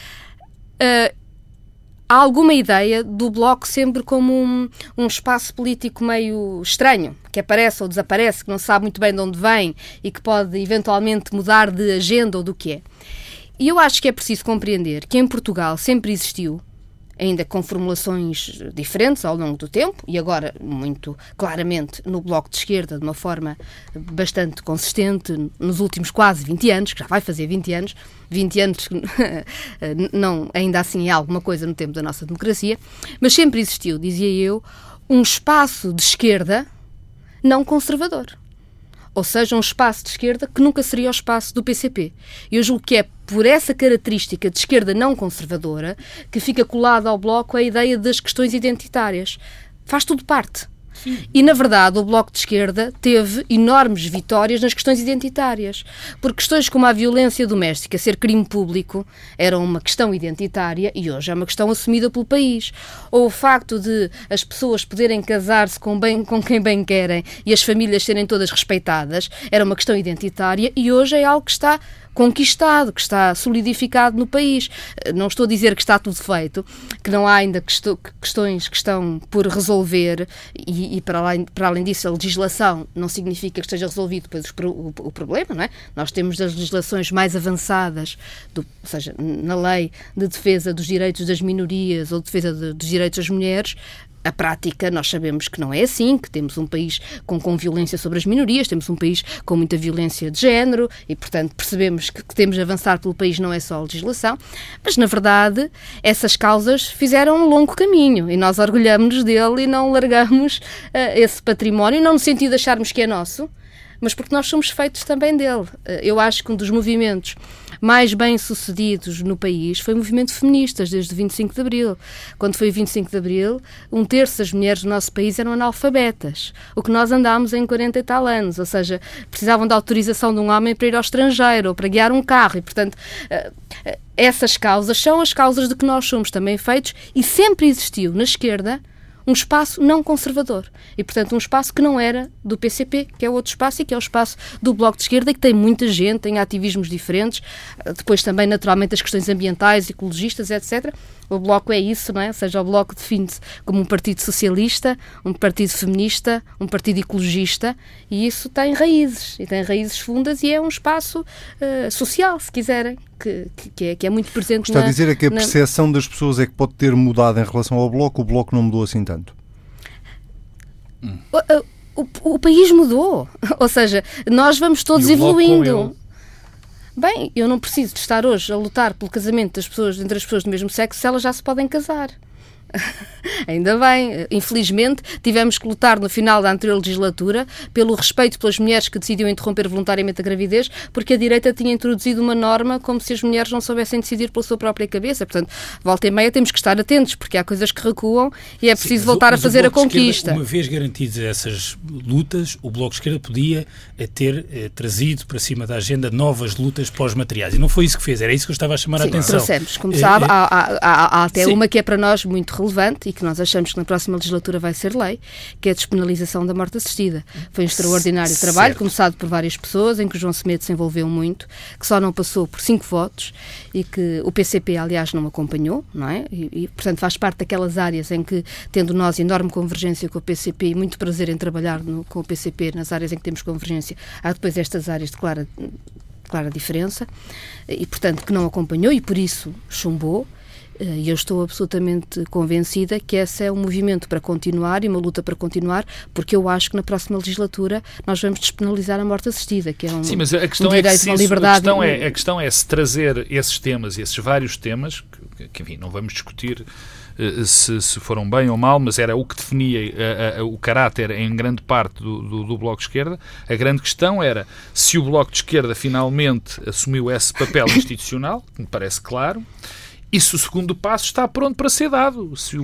Há alguma ideia do Bloco sempre como um espaço político meio estranho, que aparece ou desaparece, que não se sabe muito bem de onde vem e que pode eventualmente mudar de agenda ou do que é. E eu acho que é preciso compreender que em Portugal sempre existiu, ainda com formulações diferentes ao longo do tempo, e agora muito claramente no Bloco de Esquerda, de uma forma bastante consistente, nos últimos quase 20 anos, que já vai fazer 20 anos não, ainda assim é alguma coisa no tempo da nossa democracia, mas sempre existiu, dizia eu, um espaço de esquerda não conservador. Ou seja, um espaço de esquerda que nunca seria o espaço do PCP. Eu julgo que é por essa característica de esquerda não conservadora que fica colada ao Bloco a ideia das questões identitárias. Faz tudo parte. Sim. E, na verdade, o Bloco de Esquerda teve enormes vitórias nas questões identitárias. Porque questões como a violência doméstica, ser crime público, era uma questão identitária e hoje é uma questão assumida pelo país. Ou o facto de as pessoas poderem casar-se com quem bem querem e as famílias serem todas respeitadas, era uma questão identitária e hoje é algo que está conquistado, que está solidificado no país. Não estou a dizer que está tudo feito, que não há ainda questões que estão por resolver e para além disso, a legislação não significa que esteja resolvido depois o problema, não é? Nós temos das legislações mais avançadas, ou seja, na lei de defesa dos direitos das minorias ou de defesa dos direitos das mulheres. A prática, nós sabemos que não é assim, que temos um país com violência sobre as minorias, temos um país com muita violência de género e, portanto, percebemos que temos de avançar pelo país, não é só a legislação, mas, na verdade, essas causas fizeram um longo caminho e nós orgulhamos-nos dele e não largamos esse património, não no sentido de acharmos que é nosso, mas porque nós somos feitos também dele. Eu acho que um dos movimentos mais bem-sucedidos no país foi o movimento feministas, desde o 25 de Abril. Quando foi o 25 de Abril, 1/3 das mulheres do nosso país eram analfabetas, o que nós andámos em 40 e tal anos, ou seja, precisavam da autorização de um homem para ir ao estrangeiro ou para guiar um carro e, portanto, essas causas são as causas de que nós somos também feitos e sempre existiu na esquerda um espaço não conservador e, portanto, um espaço que não era do PCP, que é outro espaço e que é o espaço do Bloco de Esquerda e que tem muita gente, tem ativismos diferentes, depois também, naturalmente, as questões ambientais, ecologistas, etc. O Bloco é isso, não é? Ou seja, o Bloco define-se como um partido socialista, um partido feminista, um partido ecologista e isso tem raízes, e tem raízes fundas e é um espaço social, se quiserem, que é muito presente. Está a dizer é que a percepção das pessoas é que pode ter mudado em relação ao Bloco, o Bloco não mudou assim tanto? O país mudou, ou seja, nós vamos todos evoluindo. Bem, eu não preciso de estar hoje a lutar pelo casamento das pessoas, entre as pessoas do mesmo sexo, se elas já se podem casar. Ainda bem, infelizmente tivemos que lutar no final da anterior legislatura pelo respeito pelas mulheres que decidiam interromper voluntariamente a gravidez, porque a direita tinha introduzido uma norma como se as mulheres não soubessem decidir pela sua própria cabeça. Portanto, volta e meia temos que estar atentos, porque há coisas que recuam e é preciso voltar a fazer a conquista. Uma vez garantidas essas lutas, o Bloco de Esquerda podia ter trazido para cima da agenda novas lutas pós-materiais. E não foi isso que fez, era isso que eu estava a chamar a atenção. Trouxemos. Como sabe, há até uma que é para nós muito relevante e que nós achamos que na próxima legislatura vai ser lei, que é a despenalização da morte assistida. Foi um extraordinário trabalho, começado por várias pessoas, em que o João Semedo se envolveu muito, que só não passou por 5 votos e que o PCP, aliás, não acompanhou, não é? E, portanto, faz parte daquelas áreas em que, tendo nós enorme convergência com o PCP e muito prazer em trabalhar com o PCP nas áreas em que temos convergência, há depois estas áreas de clara diferença e, portanto, que não acompanhou e, por isso, chumbou. E eu estou absolutamente convencida que esse é um movimento para continuar e uma luta para continuar, porque eu acho que na próxima legislatura nós vamos despenalizar a morte assistida, que é um, sim, mas a questão direito de uma liberdade. A questão é se trazer esses temas, esses vários temas, que enfim, não vamos discutir se foram bem ou mal, mas era o que definia o caráter em grande parte do Bloco de Esquerda. A grande questão era se o Bloco de Esquerda finalmente assumiu esse papel institucional, que me parece claro, e se o segundo passo está pronto para ser dado. Se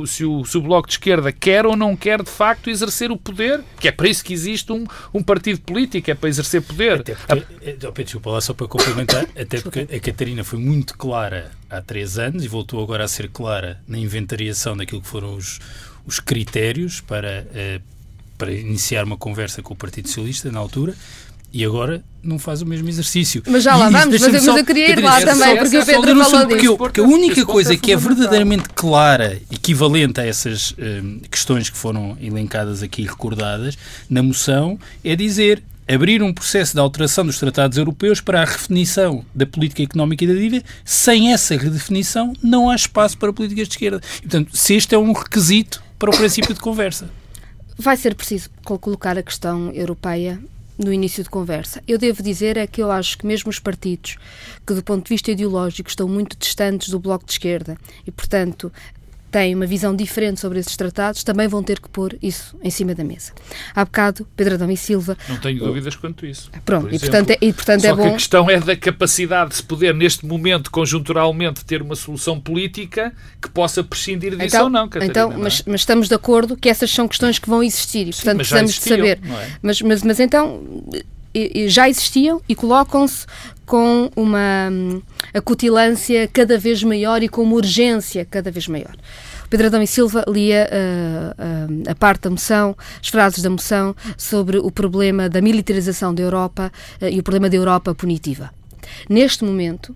o Bloco de Esquerda quer ou não quer, de facto, exercer o poder, que é para isso que existe um partido político, é para exercer poder. Até porque, desculpa lá, só para complementar, até porque a Catarina foi muito clara há 3 anos e voltou agora a ser clara na inventariação daquilo que foram os critérios para iniciar uma conversa com o Partido Socialista na altura. E agora não faz o mesmo exercício. Mas já lá vamos, mas eu queria ir lá também, porque o Pedro falou disso. Porque a única coisa que é verdadeiramente clara, equivalente a essas questões que foram elencadas aqui e recordadas, na moção, é dizer abrir um processo de alteração dos tratados europeus para a redefinição da política económica e da dívida. Sem essa redefinição, não há espaço para políticas de esquerda. E, portanto, se este é um requisito para o princípio de conversa. Vai ser preciso colocar a questão europeia no início de conversa. Eu devo dizer é que eu acho que mesmo os partidos que do ponto de vista ideológico estão muito distantes do Bloco de Esquerda e, portanto, têm uma visão diferente sobre esses tratados, também vão ter que pôr isso em cima da mesa. Há bocado, Pedro Adão e Silva... Não tenho dúvidas quanto a isso. Pronto, e portanto é bom... Só que a questão é da capacidade de se poder, neste momento, conjunturalmente, ter uma solução política que possa prescindir disso então, ou não, Catarina. Então, mas estamos de acordo que essas são questões que vão existir e, portanto, precisamos de saber. É? Mas então, já existiam e colocam-se com uma acutilância cada vez maior e com uma urgência cada vez maior. O Pedro Adão e Silva lia a parte da moção, as frases da moção sobre o problema da militarização da Europa e o problema da Europa punitiva. Neste momento,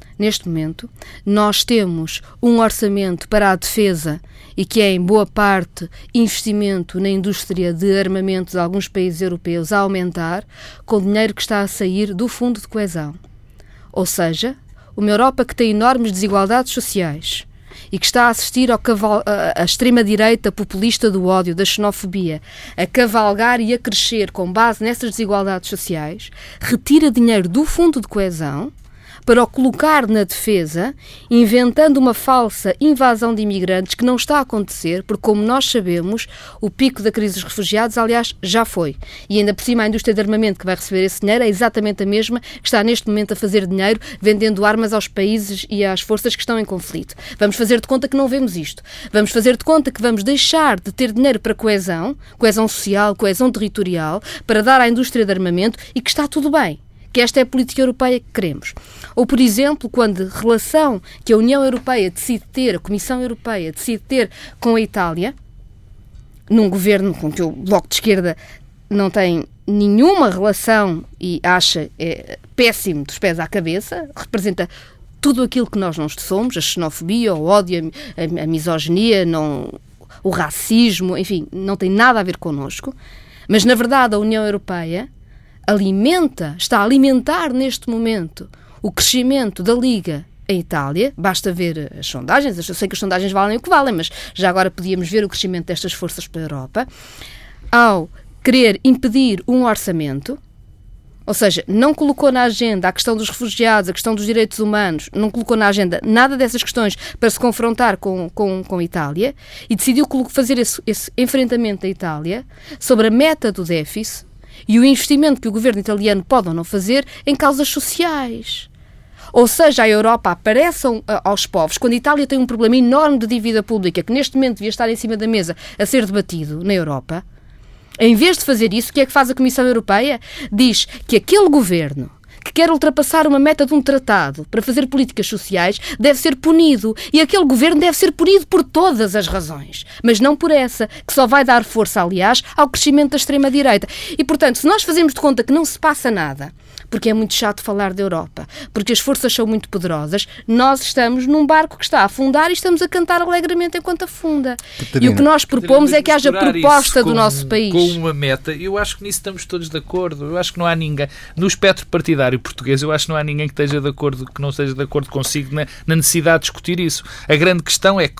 nós temos um orçamento para a defesa e que é, em boa parte, investimento na indústria de armamentos de alguns países europeus a aumentar, com dinheiro que está a sair do Fundo de Coesão. Ou seja, uma Europa que tem enormes desigualdades sociais e que está a assistir à extrema-direita populista do ódio, da xenofobia, a cavalgar e a crescer com base nessas desigualdades sociais, retira dinheiro do Fundo de Coesão para o colocar na defesa, inventando uma falsa invasão de imigrantes que não está a acontecer, porque, como nós sabemos, o pico da crise dos refugiados, aliás, já foi. E ainda por cima a indústria de armamento que vai receber esse dinheiro é exatamente a mesma que está neste momento a fazer dinheiro vendendo armas aos países e às forças que estão em conflito. Vamos fazer de conta que não vemos isto. Vamos fazer de conta que vamos deixar de ter dinheiro para coesão social, coesão territorial, para dar à indústria de armamento e que está tudo bem. Que esta é a política europeia que queremos. Ou, por exemplo, quando a relação que a União Europeia decide ter, a Comissão Europeia decide ter com a Itália, num governo com que o Bloco de Esquerda não tem nenhuma relação e acha péssimo dos pés à cabeça, representa tudo aquilo que nós não somos, a xenofobia, o ódio, a misoginia, o racismo, enfim, não tem nada a ver connosco. Mas, na verdade, a União Europeia está a alimentar neste momento o crescimento da Liga em Itália. Basta ver as sondagens, eu sei que as sondagens valem o que valem, mas já agora podíamos ver o crescimento destas forças pela Europa, ao querer impedir um orçamento, ou seja, não colocou na agenda a questão dos refugiados, a questão dos direitos humanos, não colocou na agenda nada dessas questões para se confrontar com a Itália e decidiu fazer esse enfrentamento da Itália sobre a meta do déficit e o investimento que o governo italiano pode ou não fazer em causas sociais. Ou seja, a Europa aparece aos povos, quando a Itália tem um problema enorme de dívida pública, que neste momento devia estar em cima da mesa a ser debatido na Europa, em vez de fazer isso, o que é que faz a Comissão Europeia? Diz que aquele governo que quer ultrapassar uma meta de um tratado para fazer políticas sociais deve ser punido. E aquele governo deve ser punido por todas as razões. Mas não por essa, que só vai dar força, aliás, ao crescimento da extrema-direita. E, portanto, se nós fazemos de conta que não se passa nada, porque é muito chato falar da Europa, porque as forças são muito poderosas, nós estamos num barco que está a afundar e estamos a cantar alegremente enquanto afunda. Catarina, e o que nós propomos é que haja proposta do nosso país. Com uma meta, eu acho que nisso estamos todos de acordo. Eu acho que não há ninguém, no espectro partidário português, eu acho que não há ninguém que esteja de acordo, que não esteja de acordo consigo na necessidade de discutir isso. A grande questão é que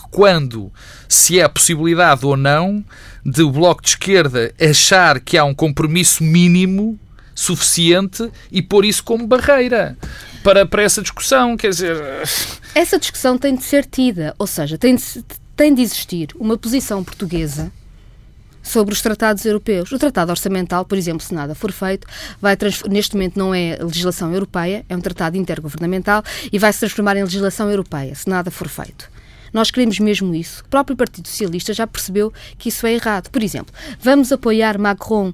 se é a possibilidade ou não de o Bloco de Esquerda achar que há um compromisso mínimo suficiente e pôr isso como barreira para essa discussão, quer dizer... Essa discussão tem de ser tida, ou seja, tem de existir uma posição portuguesa sobre os tratados europeus. O tratado orçamental, por exemplo, se nada for feito, neste momento não é legislação europeia, é um tratado intergovernamental e vai se transformar em legislação europeia, se nada for feito. Nós queremos mesmo isso. O próprio Partido Socialista já percebeu que isso é errado. Por exemplo, vamos apoiar Macron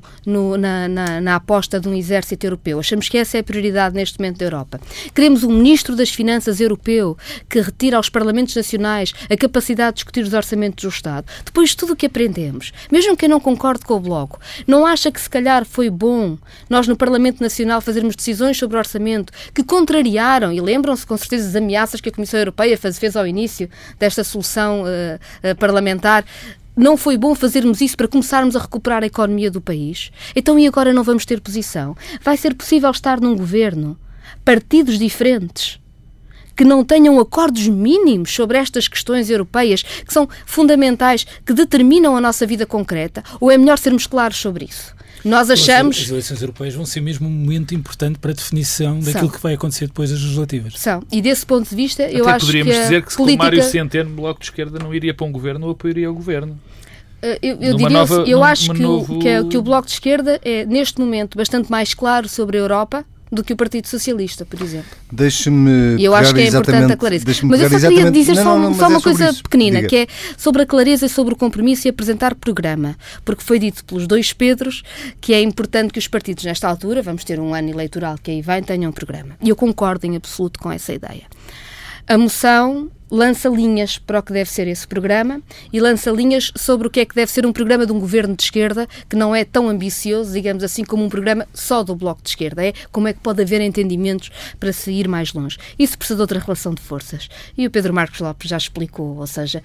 na aposta de um exército europeu. Achamos que essa é a prioridade neste momento da Europa. Queremos um Ministro das Finanças europeu que retira aos Parlamentos Nacionais a capacidade de discutir os orçamentos do Estado. Depois de tudo o que aprendemos, mesmo quem não concorde com o Bloco, não acha que se calhar foi bom nós no Parlamento Nacional fazermos decisões sobre o orçamento que contrariaram, e lembram-se com certeza das ameaças que a Comissão Europeia fez ao início desta solução parlamentar. Não foi bom fazermos isso para começarmos a recuperar a economia do país? Então, e agora não vamos ter posição? Vai ser possível estar num governo, partidos diferentes, que não tenham acordos mínimos sobre estas questões europeias, que são fundamentais, que determinam a nossa vida concreta? Ou é melhor sermos claros sobre isso? Nós achamos... As eleições europeias vão ser mesmo um momento importante para a definição daquilo que vai acontecer depois das legislativas. São. E desse ponto de vista, eu até acho que poderíamos dizer que se com Mário Centeno, o Bloco de Esquerda não iria para um governo ou apoiaria o governo. Eu acho que o Bloco de Esquerda é, neste momento, bastante mais claro sobre a Europa do que o Partido Socialista, por exemplo. Deixe-me. E eu acho que é importante a clareza. Mas eu só queria dizer só uma coisa pequenina, diga. Que é sobre a clareza e sobre o compromisso e apresentar programa. Porque foi dito pelos dois Pedros que é importante que os partidos, nesta altura, vamos ter um ano eleitoral que aí vem, tenham um programa. E eu concordo em absoluto com essa ideia. A moção lança linhas para o que deve ser esse programa e lança linhas sobre o que é que deve ser um programa de um governo de esquerda que não é tão ambicioso, digamos assim, como um programa só do Bloco de Esquerda. É como é que pode haver entendimentos para se ir mais longe. Isso precisa de outra relação de forças. E o Pedro Marcos Lopes já explicou, ou seja,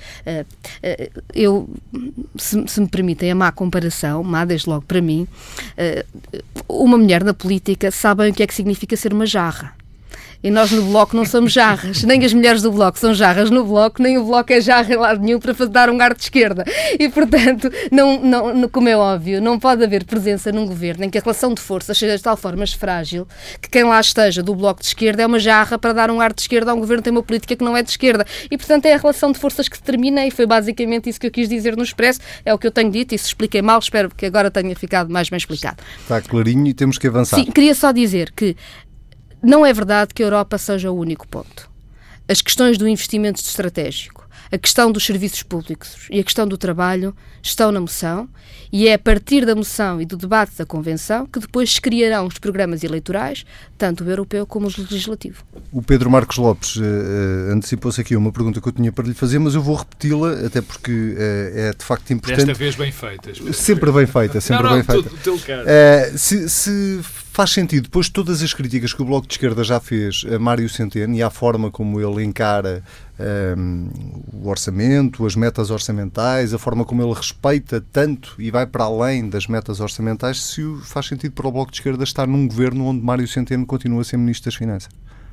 se me permitem a má comparação, má desde logo para mim, uma mulher na política sabe o que é que significa ser uma jarra. E nós no Bloco não somos jarras, nem as mulheres do Bloco são jarras no Bloco, nem o Bloco é jarra em lado nenhum para dar um ar de esquerda. E, portanto, não, como é óbvio, não pode haver presença num governo em que a relação de forças seja de tal forma frágil que quem lá esteja do Bloco de Esquerda é uma jarra para dar um ar de esquerda a um governo que tem uma política que não é de esquerda. E, portanto, é a relação de forças que determina, e foi basicamente isso que eu quis dizer no Expresso, é o que eu tenho dito, e se expliquei mal, espero que agora tenha ficado mais bem explicado. Está clarinho e temos que avançar. Sim, queria só dizer que não é verdade que a Europa seja o único ponto. As questões do investimento estratégico, a questão dos serviços públicos e a questão do trabalho estão na moção e é a partir da moção e do debate da Convenção que depois se criarão os programas eleitorais, tanto o europeu como o legislativo. O Pedro Marcos Lopes antecipou-se aqui uma pergunta que eu tinha para lhe fazer, mas eu vou repeti-la, até porque é de facto importante. Desta vez bem feita. Sempre bem feita, sempre bem feita. Teu caso. Se faz sentido, depois de todas as críticas que o Bloco de Esquerda já fez a Mário Centeno e à forma como ele encara o orçamento, as metas orçamentais, a forma como ele respeita tanto e vai para além das metas orçamentais, se faz sentido para o Bloco de Esquerda estar num governo onde Mário Centeno continua a ser Ministro das Finanças?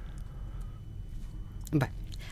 Bem,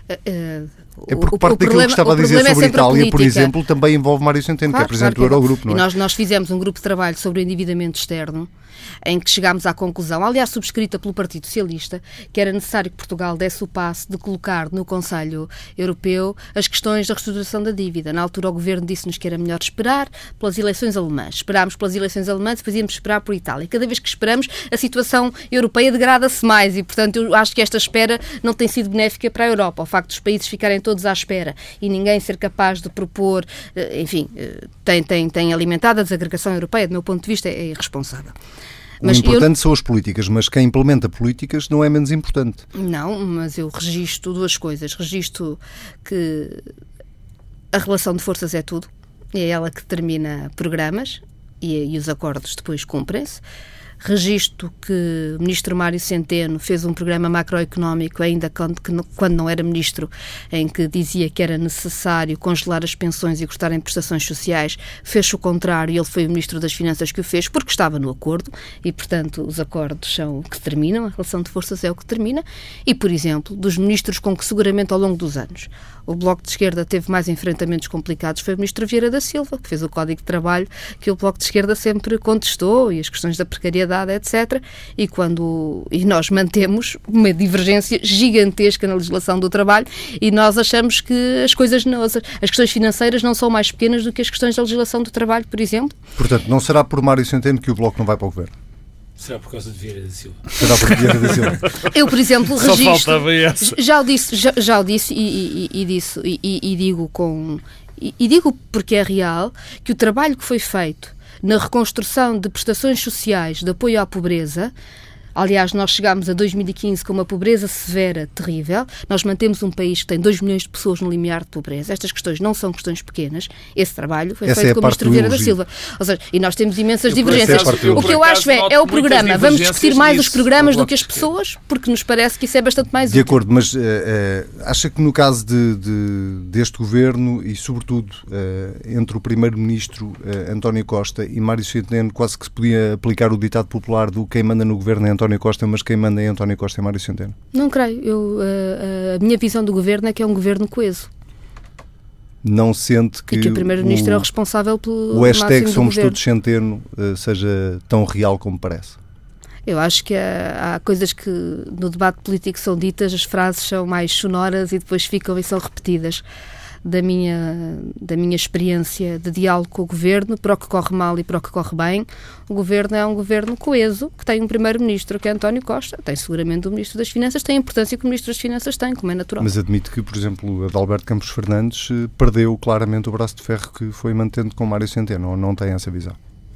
é porque parte daquilo que estava a dizer sobre a Itália, por exemplo, também envolve Mário Centeno, que é Presidente do Eurogrupo, não é? E nós fizemos um grupo de trabalho sobre o endividamento externo, em que chegámos à conclusão, aliás subscrita pelo Partido Socialista, que era necessário que Portugal desse o passo de colocar no Conselho Europeu as questões da reestruturação da dívida. Na altura o Governo disse-nos que era melhor esperar pelas eleições alemãs. Esperámos pelas eleições alemãs e depois íamos esperar por Itália. Cada vez que esperamos, a situação europeia degrada-se mais e, portanto, eu acho que esta espera não tem sido benéfica para a Europa. O facto dos países ficarem todos à espera e ninguém ser capaz de propor, enfim, tem alimentado a desagregação europeia, do meu ponto de vista, é irresponsável. O importante são as políticas, mas quem implementa políticas não é menos importante. Não, mas eu registro duas coisas. Registro que a relação de forças é tudo, é ela que determina programas e os acordos depois cumprem-se. Registro que o ministro Mário Centeno fez um programa macroeconómico, ainda quando não era ministro, em que dizia que era necessário congelar as pensões e cortar em prestações sociais. Fez o contrário e ele foi o ministro das Finanças que o fez porque estava no acordo e, portanto, os acordos são o que terminam, a relação de forças é o que termina. E, por exemplo, dos ministros com que seguramente ao longo dos anos o Bloco de Esquerda teve mais enfrentamentos complicados foi o ministro Vieira da Silva, que fez o Código de Trabalho que o Bloco de Esquerda sempre contestou e as questões da precariedade, etc. E nós mantemos uma divergência gigantesca na legislação do trabalho e nós achamos que as questões financeiras não são mais pequenas do que as questões da legislação do trabalho, por exemplo. Portanto, não será por Mário Centeno que o Bloco não vai para o governo? Será por causa de Vieira da Silva? Será por Vieira da Silva? Eu, por exemplo, registro... Só faltava essa. Já o disse e digo porque é real que o trabalho que foi feito na reconstrução de prestações sociais de apoio à pobreza, aliás, nós chegámos a 2015 com uma pobreza severa, terrível. Nós mantemos um país que tem 2 milhões de pessoas no limiar de pobreza. Estas questões não são questões pequenas. Esse trabalho foi feito com o ministro Vieira da Silva. Ou seja, e nós temos imensas divergências. O que eu acho é o programa. Vamos discutir mais os programas do que as pessoas, porque nos parece que isso é bastante mais útil. De acordo, mas acha que no caso deste governo e, sobretudo, entre o primeiro-ministro António Costa e Mário Centeno, quase que se podia aplicar o ditado popular do quem manda no governo é António Costa, mas quem manda em António Costa é Mário Centeno? Não creio. A minha visão do governo é que é um governo coeso. Não sente que... E que o Primeiro-Ministro é o responsável pelo o hashtag Somos governo. Todos Centeno seja tão real como parece? Eu acho que há coisas que no debate político são ditas, as frases são mais sonoras e depois ficam e são repetidas. Da minha experiência de diálogo com o Governo, para o que corre mal e para o que corre bem, o Governo é um Governo coeso, que tem um Primeiro-Ministro que é António Costa, tem seguramente o Ministro das Finanças, tem a importância que o Ministro das Finanças tem, como é natural. Mas admite que, por exemplo, Adalberto Campos Fernandes perdeu claramente o braço de ferro que foi mantendo com Mário Centeno, ou não tem essa visão?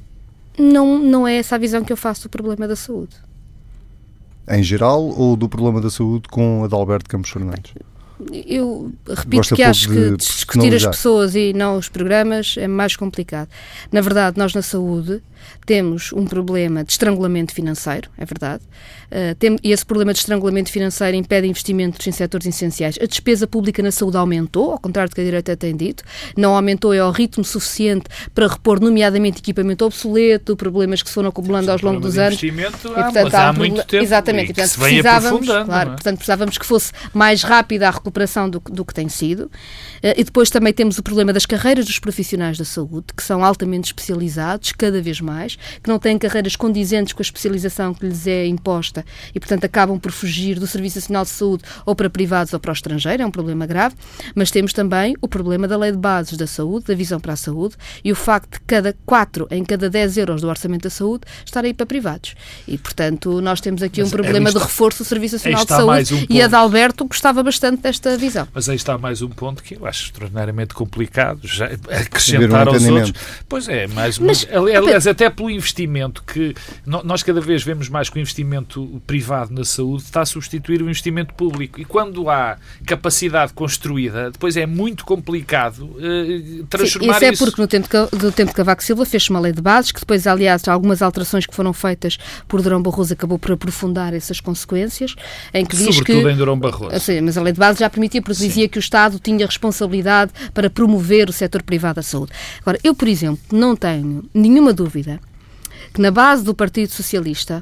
Não é essa a visão que eu faço do problema da saúde. Em geral, ou do problema da saúde com Adalberto Campos Fernandes? Eu repito que acho que discutir as pessoas e não os programas é mais complicado. Na verdade, nós na saúde temos um problema de estrangulamento financeiro, é verdade, e esse problema de estrangulamento financeiro impede investimentos em setores essenciais. A despesa pública na saúde aumentou, ao contrário do que a direita tem dito, não aumentou ao ritmo suficiente para repor, nomeadamente, equipamento obsoleto, problemas que se foram acumulando ao longo dos anos. E, portanto, há muito tempo, exatamente, e, portanto, se vem aprofundando. Claro, portanto, precisávamos que fosse mais rápida a recuperação do que tem sido. E depois também temos o problema das carreiras dos profissionais da saúde, que são altamente especializados, cada vez mais, que não têm carreiras condizentes com a especialização que lhes é imposta e, portanto, acabam por fugir do Serviço Nacional de Saúde ou para privados ou para o estrangeiro, é um problema grave, mas temos também o problema da Lei de Bases da Saúde, da visão para a saúde, e o facto de 4 em cada 10 euros do orçamento da saúde estarem para privados. E, portanto, nós temos aqui um problema de reforço do Serviço Nacional de Saúde e a de Alberto gostava bastante desta visão. Mas aí está mais um ponto que eu acho extraordinariamente complicado, já acrescentar aos outros. Pois é, aliás, até pelo investimento que nós cada vez vemos mais que o investimento privado na saúde está a substituir o investimento público. E quando há capacidade construída, depois é muito complicado transformar isso. Isso é porque no tempo de Cavaco Silva fez-se uma lei de bases, que depois, aliás, algumas alterações que foram feitas por Durão Barroso acabou por aprofundar essas consequências, em que diz sobretudo em Durão Barroso. Sim, mas a lei de bases já permitia, porque dizia que o Estado tinha responsabilidade para promover o setor privado da saúde. Agora, eu, por exemplo, não tenho nenhuma dúvida que na base do Partido Socialista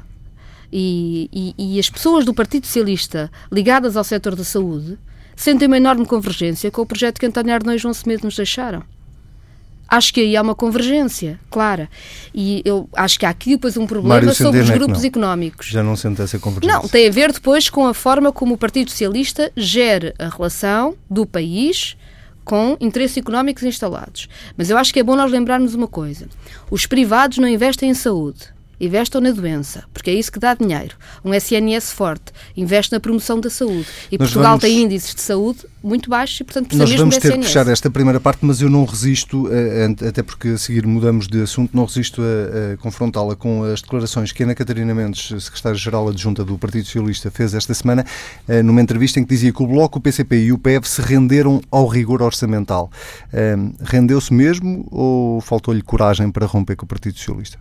e as pessoas do Partido Socialista ligadas ao setor da saúde sentem uma enorme convergência com o projeto que António Arnão e João Semedo nos deixaram. Acho que aí há uma convergência, clara. E eu acho que há aqui depois um problema sobre os grupos económicos. Já não sente essa convergência? Não, tem a ver depois com a forma como o Partido Socialista gere a relação do país com interesses económicos instalados. Mas eu acho que é bom nós lembrarmos uma coisa. Os privados não investem em saúde. Investam na doença, porque é isso que dá dinheiro. Um SNS forte investe na promoção da saúde. E Portugal tem índices de saúde muito baixos e, portanto, precisa mesmo de SNS. Nós vamos ter que fechar esta primeira parte, mas eu não resisto, até porque a seguir mudamos de assunto, não resisto a confrontá-la com as declarações que Ana Catarina Mendes, secretária-geral adjunta do Partido Socialista, fez esta semana, numa entrevista em que dizia que o Bloco, o PCP e o PEV se renderam ao rigor orçamental. Rendeu-se mesmo ou faltou-lhe coragem para romper com o Partido Socialista?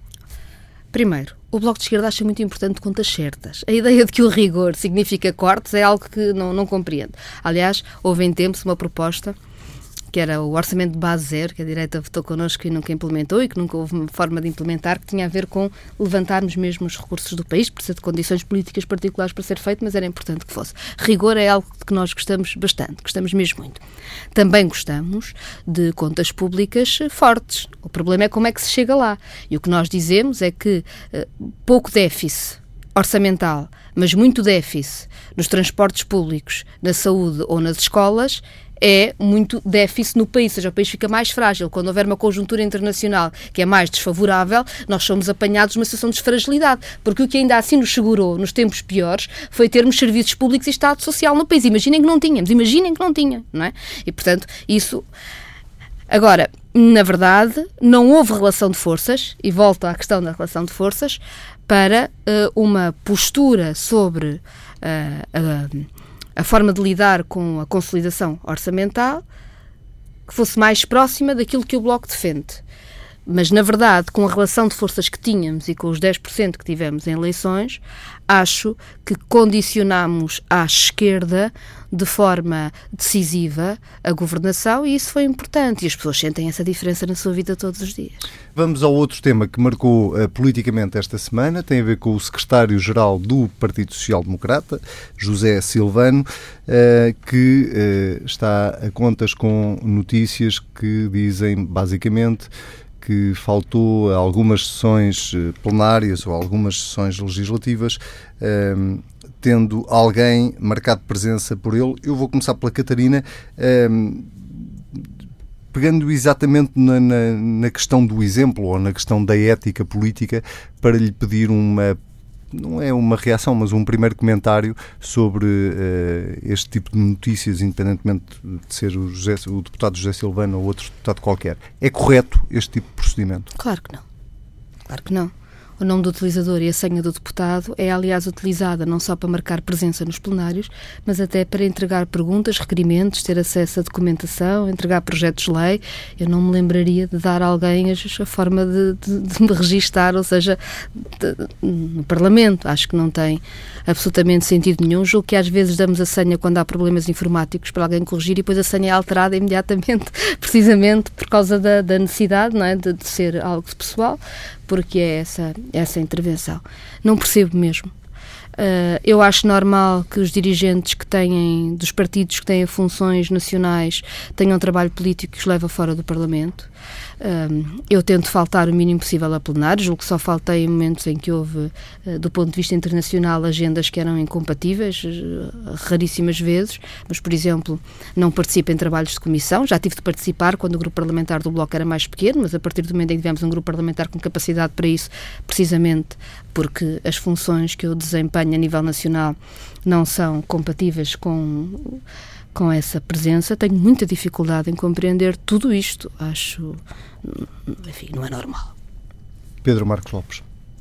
Primeiro, o Bloco de Esquerda acha muito importante contas certas. A ideia de que o rigor significa cortes é algo que não compreendo. Aliás, houve em tempos uma proposta que era o orçamento de base zero, que a direita votou connosco e nunca implementou e que nunca houve uma forma de implementar, que tinha a ver com levantarmos mesmo os recursos do país, precisa de condições políticas particulares para ser feito, mas era importante que fosse. Rigor é algo de que nós gostamos bastante, gostamos mesmo muito. Também gostamos de contas públicas fortes. O problema é como é que se chega lá. E o que nós dizemos é que pouco déficit orçamental, mas muito déficit nos transportes públicos, na saúde ou nas escolas, é muito déficit no país, ou seja, o país fica mais frágil. Quando houver uma conjuntura internacional que é mais desfavorável, nós somos apanhados numa situação de fragilidade, porque o que ainda assim nos segurou nos tempos piores foi termos serviços públicos e Estado Social no país. Imaginem que não tínhamos, não é? E, portanto, isso... Agora, na verdade, não houve relação de forças, e volto à questão da relação de forças, para uma postura sobre a forma de lidar com a consolidação orçamental que fosse mais próxima daquilo que o Bloco defende. Mas, na verdade, com a relação de forças que tínhamos e com os 10% que tivemos em eleições, acho que condicionámos à esquerda de forma decisiva a governação e isso foi importante. E as pessoas sentem essa diferença na sua vida todos os dias. Vamos ao outro tema que marcou politicamente esta semana, tem a ver com o secretário-geral do Partido Social Democrata, José Silvano, que está a contas com notícias que dizem, basicamente, que faltou a algumas sessões plenárias ou algumas sessões legislativas, tendo alguém marcado presença por ele. Eu vou começar pela Catarina, pegando exatamente na questão do exemplo ou na questão da ética política, para lhe pedir não é uma reação, mas um primeiro comentário sobre este tipo de notícias, independentemente de ser o deputado José Silvano ou outro deputado qualquer. É correto este tipo de procedimento? Claro que não. Claro que não. o nome do utilizador e a senha do deputado é, aliás, utilizada não só para marcar presença nos plenários, mas até para entregar perguntas, requerimentos, ter acesso à documentação, entregar projetos de lei. Eu não me lembraria de dar a alguém a forma de me registar, ou seja, no Parlamento. Acho que não tem absolutamente sentido nenhum. Julgo que às vezes damos a senha quando há problemas informáticos para alguém corrigir e depois a senha é alterada imediatamente, precisamente por causa da necessidade, não é, de ser algo pessoal, porque é essa intervenção. Não percebo mesmo. Eu acho normal que os dirigentes dos partidos que têm funções nacionais tenham trabalho político que os leva fora do Parlamento. Eu tento faltar o mínimo possível a plenários, julgo que só faltei em momentos em que houve, do ponto de vista internacional, agendas que eram incompatíveis, raríssimas vezes, mas, por exemplo, não participo em trabalhos de comissão. Já tive de participar quando o grupo parlamentar do Bloco era mais pequeno, mas a partir do momento em que tivemos um grupo parlamentar com capacidade para isso, precisamente porque as funções que eu desempenho a nível nacional não são compatíveis com essa presença, tenho muita dificuldade em compreender tudo isto. Acho, enfim, não é normal. Pedro Marcos Lopes.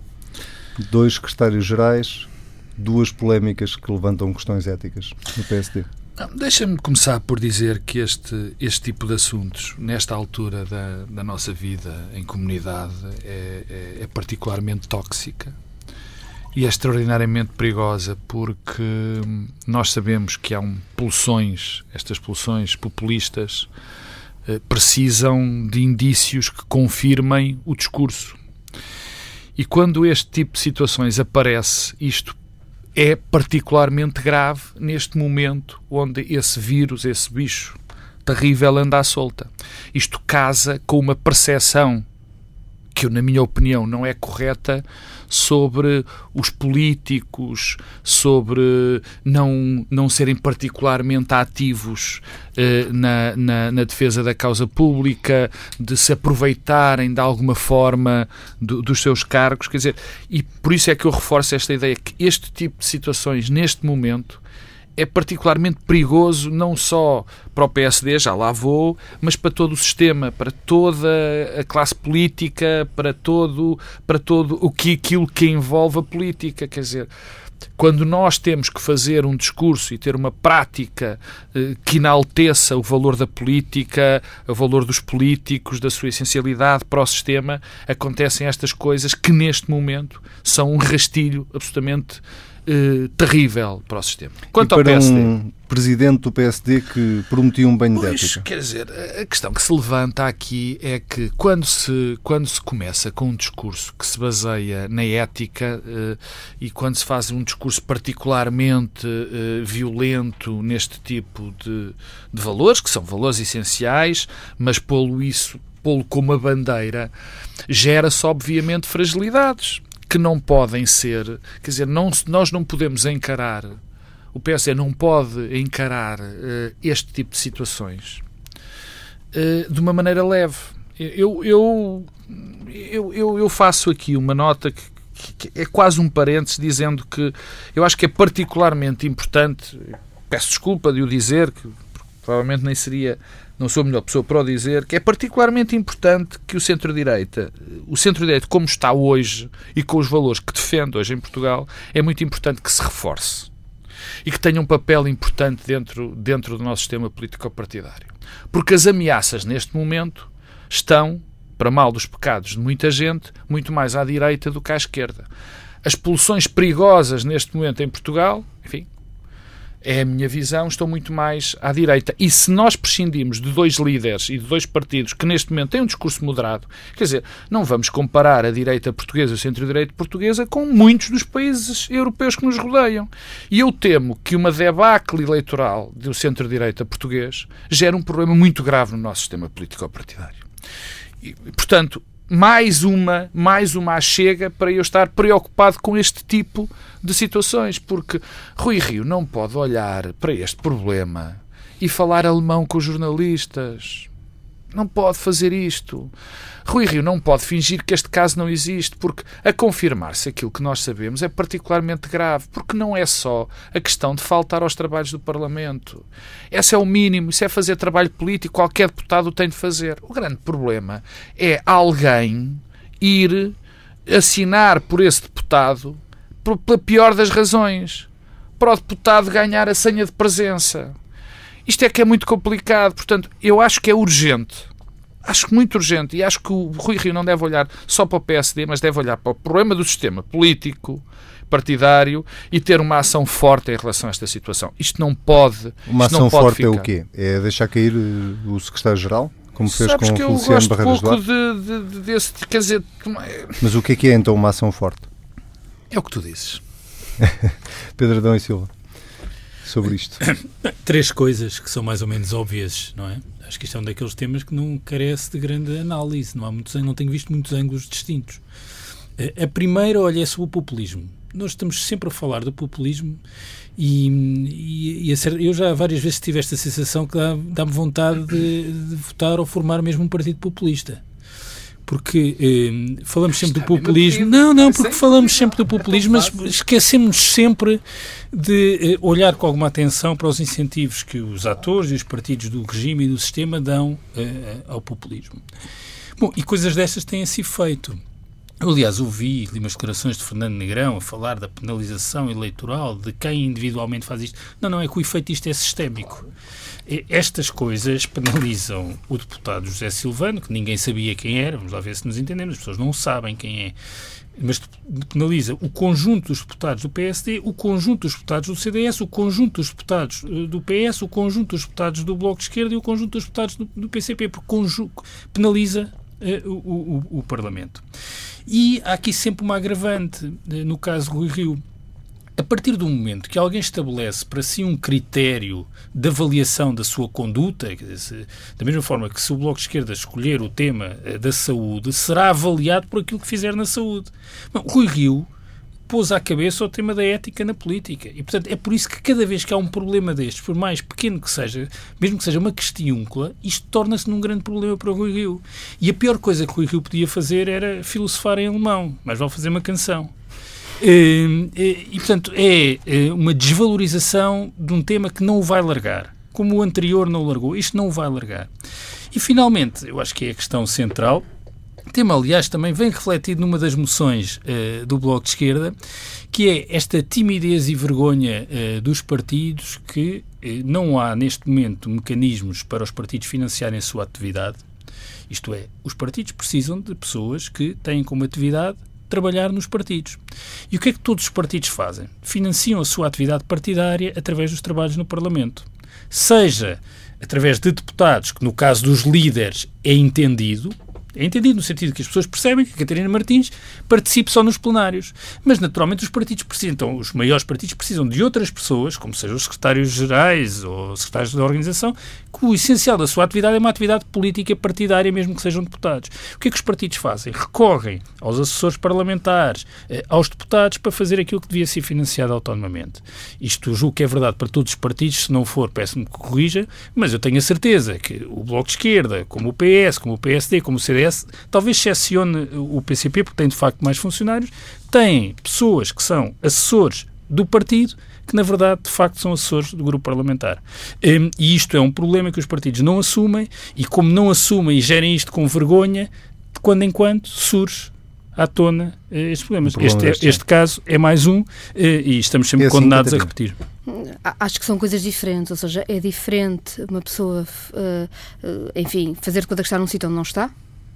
2 secretários-gerais, 2 polémicas que levantam questões éticas no PSD. Deixa-me começar por dizer que este tipo de assuntos, nesta altura da nossa vida em comunidade, é particularmente tóxica. E é extraordinariamente perigosa porque nós sabemos que há estas pulsões populistas precisam de indícios que confirmem o discurso. E quando este tipo de situações aparece, isto é particularmente grave neste momento onde esse vírus, esse bicho terrível anda à solta. Isto casa com uma percepção que, na minha opinião, não é correta sobre os políticos, sobre não serem particularmente ativos na defesa da causa pública, de se aproveitarem de alguma forma dos seus cargos. Quer dizer, e por isso é que eu reforço esta ideia que este tipo de situações, neste momento, é particularmente perigoso não só para o PSD, já lá vou, mas para todo o sistema, para toda a classe política, para todo aquilo que envolve a política. Quer dizer, quando nós temos que fazer um discurso e ter uma prática que enalteça o valor da política, o valor dos políticos, da sua essencialidade para o sistema, acontecem estas coisas que neste momento são um rastilho absolutamente terrível para o sistema. Quanto ao PSD, um presidente do PSD que prometia um banho de ética. Quer dizer, a questão que se levanta aqui é que quando se começa com um discurso que se baseia na ética e quando se faz um discurso particularmente violento neste tipo de valores, que são valores essenciais, mas pô-lo como a bandeira, gera-se obviamente fragilidades que não podem ser, quer dizer, nós não podemos encarar, o PSD não pode encarar este tipo de situações de uma maneira leve. Eu faço aqui uma nota que é quase um parênteses, dizendo que eu acho que é particularmente importante, peço desculpa de o dizer, que provavelmente não sou a melhor pessoa para o dizer, que é particularmente importante que o centro-direita como está hoje e com os valores que defende hoje em Portugal, é muito importante que se reforce e que tenha um papel importante dentro do nosso sistema político-partidário. Porque as ameaças neste momento estão, para mal dos pecados de muita gente, muito mais à direita do que à esquerda. As pulsões perigosas neste momento em Portugal, enfim, é a minha visão, estão muito mais à direita. E se nós prescindimos de 2 líderes e de 2 partidos que neste momento têm um discurso moderado, quer dizer, não vamos comparar a direita portuguesa e o centro-direita portuguesa com muitos dos países europeus que nos rodeiam. E eu temo que uma debacle eleitoral do centro-direita português gere um problema muito grave no nosso sistema político-partidário. E, portanto, mais uma chega para eu estar preocupado com este tipo de situações, porque Rui Rio não pode olhar para este problema e falar alemão com os jornalistas. Não pode fazer isto. Rui Rio não pode fingir que este caso não existe, porque a confirmar-se aquilo que nós sabemos é particularmente grave, porque não é só a questão de faltar aos trabalhos do Parlamento. Esse é o mínimo, isso é fazer trabalho político, qualquer deputado tem de fazer. O grande problema é alguém ir assinar por esse deputado pela pior das razões, para o deputado ganhar a senha de presença. Isto é que é muito complicado. Portanto, eu acho que é urgente. Acho que muito urgente. E acho que o Rui Rio não deve olhar só para o PSD, mas deve olhar para o problema do sistema político, partidário, e ter uma ação forte em relação a esta situação. Isto não pode. Uma ação forte é o quê? É deixar cair o secretário-geral? Como fez com o Feliciano Barreiras Duarte? Desse, quer dizer... Mas o que é então uma ação forte? É o que tu dizes. Pedro Adão e Silva, sobre isto. 3 coisas que são mais ou menos óbvias, não é? Acho que isto é um daqueles temas que não carece de grande análise. Não tenho visto muitos ângulos distintos. A primeira, olha, é sobre o populismo. Nós estamos sempre a falar do populismo e eu já várias vezes tive esta sensação que dá-me vontade de votar ou formar mesmo um partido populista. Porque falamos sempre do populismo. Não, porque falamos sempre do populismo, mas esquecemos sempre de olhar com alguma atenção para os incentivos que os atores e os partidos do regime e do sistema dão ao populismo. Bom, e coisas destas têm esse efeito. Eu, aliás, li umas declarações de Fernando Negrão a falar da penalização eleitoral, de quem individualmente faz isto. Não, é que o efeito disto é sistémico. Estas coisas penalizam o deputado José Silvano, que ninguém sabia quem era, vamos lá ver se nos entendemos, as pessoas não sabem quem é, mas penaliza o conjunto dos deputados do PSD, o conjunto dos deputados do CDS, o conjunto dos deputados do PS, o conjunto dos deputados do Bloco de Esquerda e o conjunto dos deputados do PCP, porque penaliza o Parlamento. E há aqui sempre uma agravante, no caso Rui Rio. A partir do momento que alguém estabelece para si um critério de avaliação da sua conduta, da mesma forma que se o Bloco de Esquerda escolher o tema da saúde, será avaliado por aquilo que fizer na saúde. Bom, Rui Rio pôs à cabeça o tema da ética na política. E, portanto, é por isso que cada vez que há um problema destes, por mais pequeno que seja, mesmo que seja uma questiúncula, isto torna-se num grande problema para o Rui Rio. E a pior coisa que o Rui Rio podia fazer era filosofar em alemão, mas vale fazer uma canção. E, portanto, é uma desvalorização de um tema que não o vai largar. Como o anterior não o largou, isto não o vai largar. E, finalmente, eu acho que é a questão central, tema, aliás, também vem refletido numa das moções do Bloco de Esquerda, que é esta timidez e vergonha dos partidos, que não há, neste momento, mecanismos para os partidos financiarem a sua atividade. Isto é, os partidos precisam de pessoas que têm como atividade trabalhar nos partidos. E o que é que todos os partidos fazem? Financiam a sua atividade partidária através dos trabalhos no Parlamento. Seja através de deputados, que no caso dos líderes é entendido no sentido que as pessoas percebem que a Catarina Martins participe só nos plenários. Mas, naturalmente, os partidos precisam, então, os maiores partidos precisam de outras pessoas, como sejam os secretários-gerais ou secretários da organização, que o essencial da sua atividade é uma atividade política partidária, mesmo que sejam deputados. O que é que os partidos fazem? Recorrem aos assessores parlamentares, aos deputados, para fazer aquilo que devia ser financiado autonomamente. Isto julgo que é verdade para todos os partidos, se não for, peço-me que corrija, mas eu tenho a certeza que o Bloco de Esquerda, como o PS, como o PSD, como o CDS, talvez excepcione o PCP, porque tem de facto mais funcionários, tem pessoas que são assessores do partido, que na verdade de facto são assessores do grupo parlamentar. E isto é um problema que os partidos não assumem, e como não assumem e gerem isto com vergonha, de quando em quando surge à tona estes problemas. Este caso é mais um, e estamos sempre condenados a repetir. Acho que são coisas diferentes, ou seja, é diferente uma pessoa, enfim, fazer de conta que está num sítio onde não está.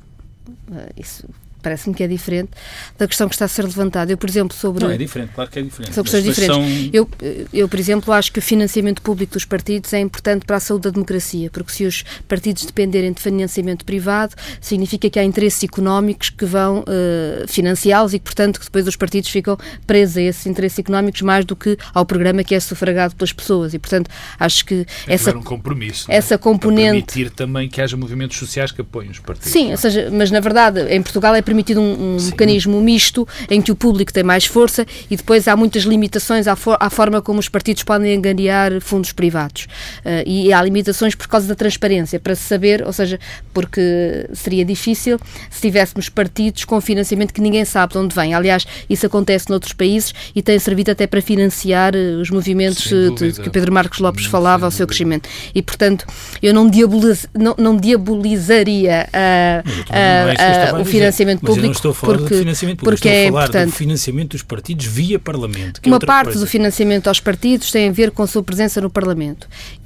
Isso parece-me que é diferente da questão que está a ser levantada. Eu, por exemplo, sobre... Não, é diferente, claro que é diferente. São questões diferentes. Eu, por exemplo, acho que o financiamento público dos partidos é importante para a saúde da democracia, porque se os partidos dependerem de financiamento privado, significa que há interesses económicos que vão financiá-los e que, portanto, que depois os partidos ficam presos a esses interesses económicos mais do que ao programa que é sufragado pelas pessoas. E, portanto, acho que essa... um compromisso, essa componente... Para permitir também que haja movimentos sociais que apoiem os partidos. Sim, ou seja, mas na verdade, em Portugal é permitido um mecanismo misto em que o público tem mais força e depois há muitas limitações à forma como os partidos podem angariar fundos privados. E há limitações por causa da transparência, para se saber, ou seja, porque seria difícil se tivéssemos partidos com financiamento que ninguém sabe de onde vem. Aliás, isso acontece noutros países e tem servido até para financiar os movimentos que o Pedro Marcos Lopes falava ao seu crescimento. E, portanto, eu não diabolizaria o financiamento público. Mas eu não estou a falar do financiamento público, estou a falar do financiamento dos partidos via Parlamento. Uma parte do financiamento aos partidos tem a ver com a sua presença no Parlamento.